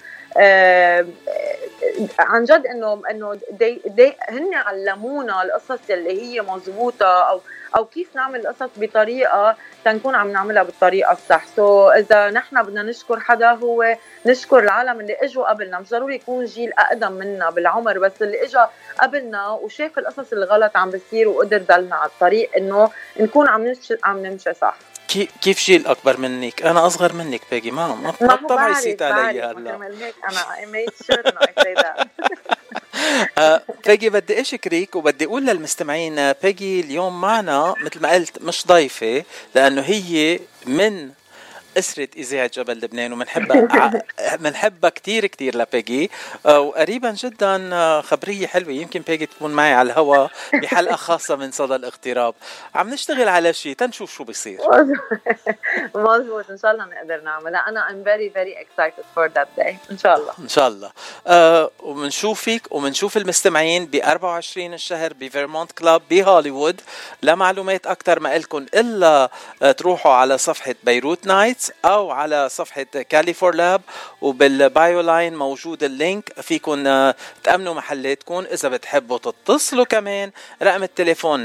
عن جد انه هن علمونا القصص اللي هي مزبوطه، او كيف نعمل القصص بطريقه تنكون عم نعملها بالطريقه الصح. اذا نحن بدنا نشكر حدا، هو نشكر العالم اللي اجوا قبلنا، مش ضروري يكون جيل اقدم منا بالعمر، بس اللي اجى قبلنا وشاف القصص الغلط عم بيصير وقدر دلنا على الطريق انه نكون عم نمشي صح. كيف جيل اكبر منك؟ انا اصغر منك باجي، ما طلع يسيت علي هلا. انا made sure انه I say that. باجي بدي اشكرك وبدي اقول للمستمعين، باجي اليوم معنا مثل ما قلت مش ضيفة، لانه هي من أسرة إذاعة جبل لبنان، ومنحبها كتير كتير لباجي، وقريبا جدا خبرية حلوة يمكن باجي تكون معي على الهواء بحلقة خاصة من صدى الاغتراب. عم نشتغل على شيء تنشوف شو بيصير. مظبوط، إن شاء الله نقدر نعملها. أنا I'm very very excited for that day إن شاء الله. إن شاء الله. ومنشوفك ومنشوف المستمعين ب24 الشهر بفيرمونت كلاب بهوليوود. لمعلومات أكتر ما إلكن إلا تروحوا على صفحة بيروت نايت أو على صفحة كالي فور لاب، وبالبايو لاين موجود اللينك، فيكن تأمنوا محلاتكم. إذا بتحبوا تتصلوا كمان رقم التليفون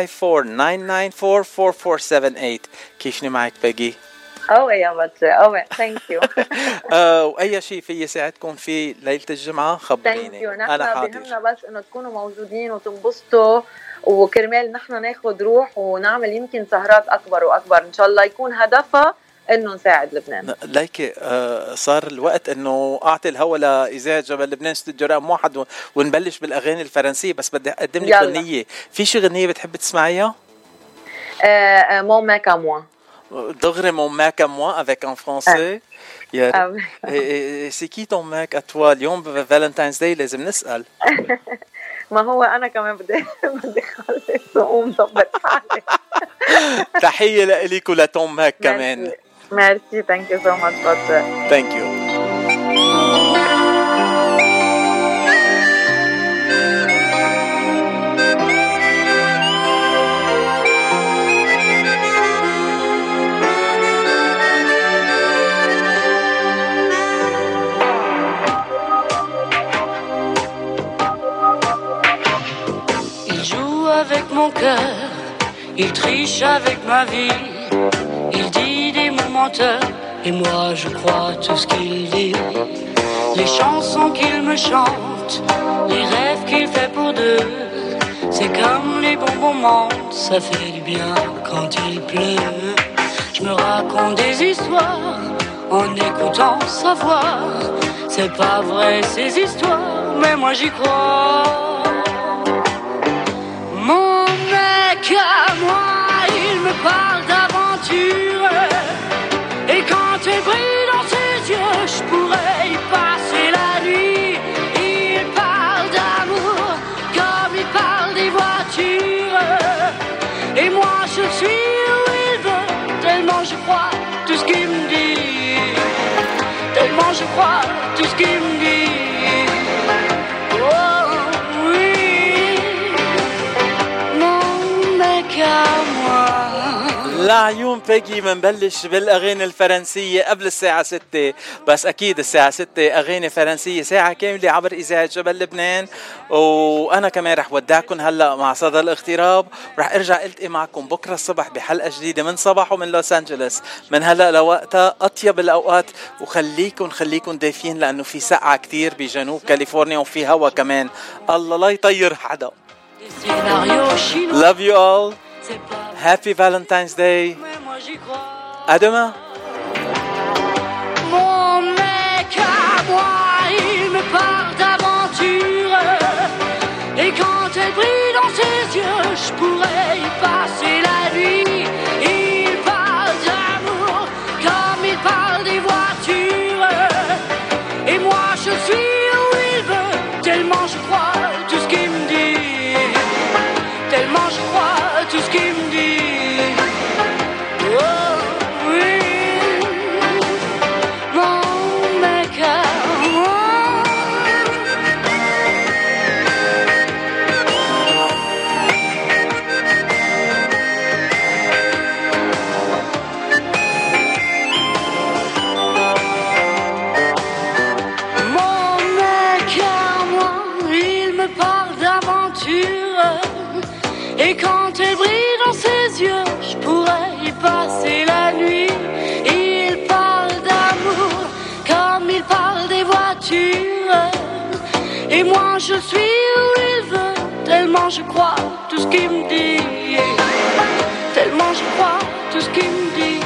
954-994-4478. كيفني معك باجي؟ يا بطل ثانك يو. وأي شيء في يساعدكم في ليلة الجمعة خبريني، أنا حاضر. بهمنا بس إنه تكونوا موجودين وتنبسطوا، وكرمال نحن ناخد روح ونعمل يمكن سهرات أكبر وأكبر إن شاء الله، يكون هدفها إنه نساعد لبنان. لايك صار الوقت إنه أعطي الهوا لإذاعة جبل لبنان استوديو رقم 1 ونبلش بالأغاني الفرنسية. بس بدي أقدم لك غنية. في شي غنية بتحب تسمعيها؟ Mon mec à moi. دغري mon mec à moi avec un français. C'est qui ton mec à toi؟ اليوم فالنتاينز داي لازم نسأل. ما هو أنا كمان بدي خلص وقوم ضبط حالي. تحية لإليك ولتون ماك كمان. Merci, thank you so much, Patrick. Thank you. Il joue avec mon cœur, il triche avec ma vie. Il dit des mots menteurs, et moi je crois tout ce qu'il dit. Les chansons qu'il me chante, les rêves qu'il fait pour deux, c'est comme les bonbons mentent, ça fait du bien quand il pleut. Je me raconte des histoires, en écoutant sa voix. C'est pas vrai ces histoires, mais moi j'y crois. Mon mec à moi, il me parle d'aventure, et quand elle brille dans ses yeux, je pourrais y passer la nuit. Il parle d'amour comme il parle des voitures, et moi je suis où il veut, tellement je crois tout ce qu'il me dit, tellement je crois tout ce qu'il me dit. لعيون باجي منبلش بالأغاني الفرنسية قبل الساعة 6، بس أكيد الساعة 6 أغاني فرنسية ساعة كاملة عبر إذاعة جبل لبنان. وأنا كمان رح ودعكم هلأ مع صدى الاغتراب، ورح أرجع ألتقي معكم بكرة الصبح بحلقة جديدة من صباحو من لوس أنجلس. من هلأ لوقتها أطيب الأوقات، وخليكم دافين لأنه في سقعة كتير بجنوب كاليفورنيا وفي هوا كمان. الله لا يطير حدا. Love you all. Happy Valentine's Day. À demain. Mon mec à moi, il me parle d'aventure, et quand elle brille dans ses yeux, je pourrais y passer la nuit. Il parle d'amour comme Et moi je suis où il veut, tellement je crois tout ce qu'il me dit. Tellement je crois tout ce qu'il me dit.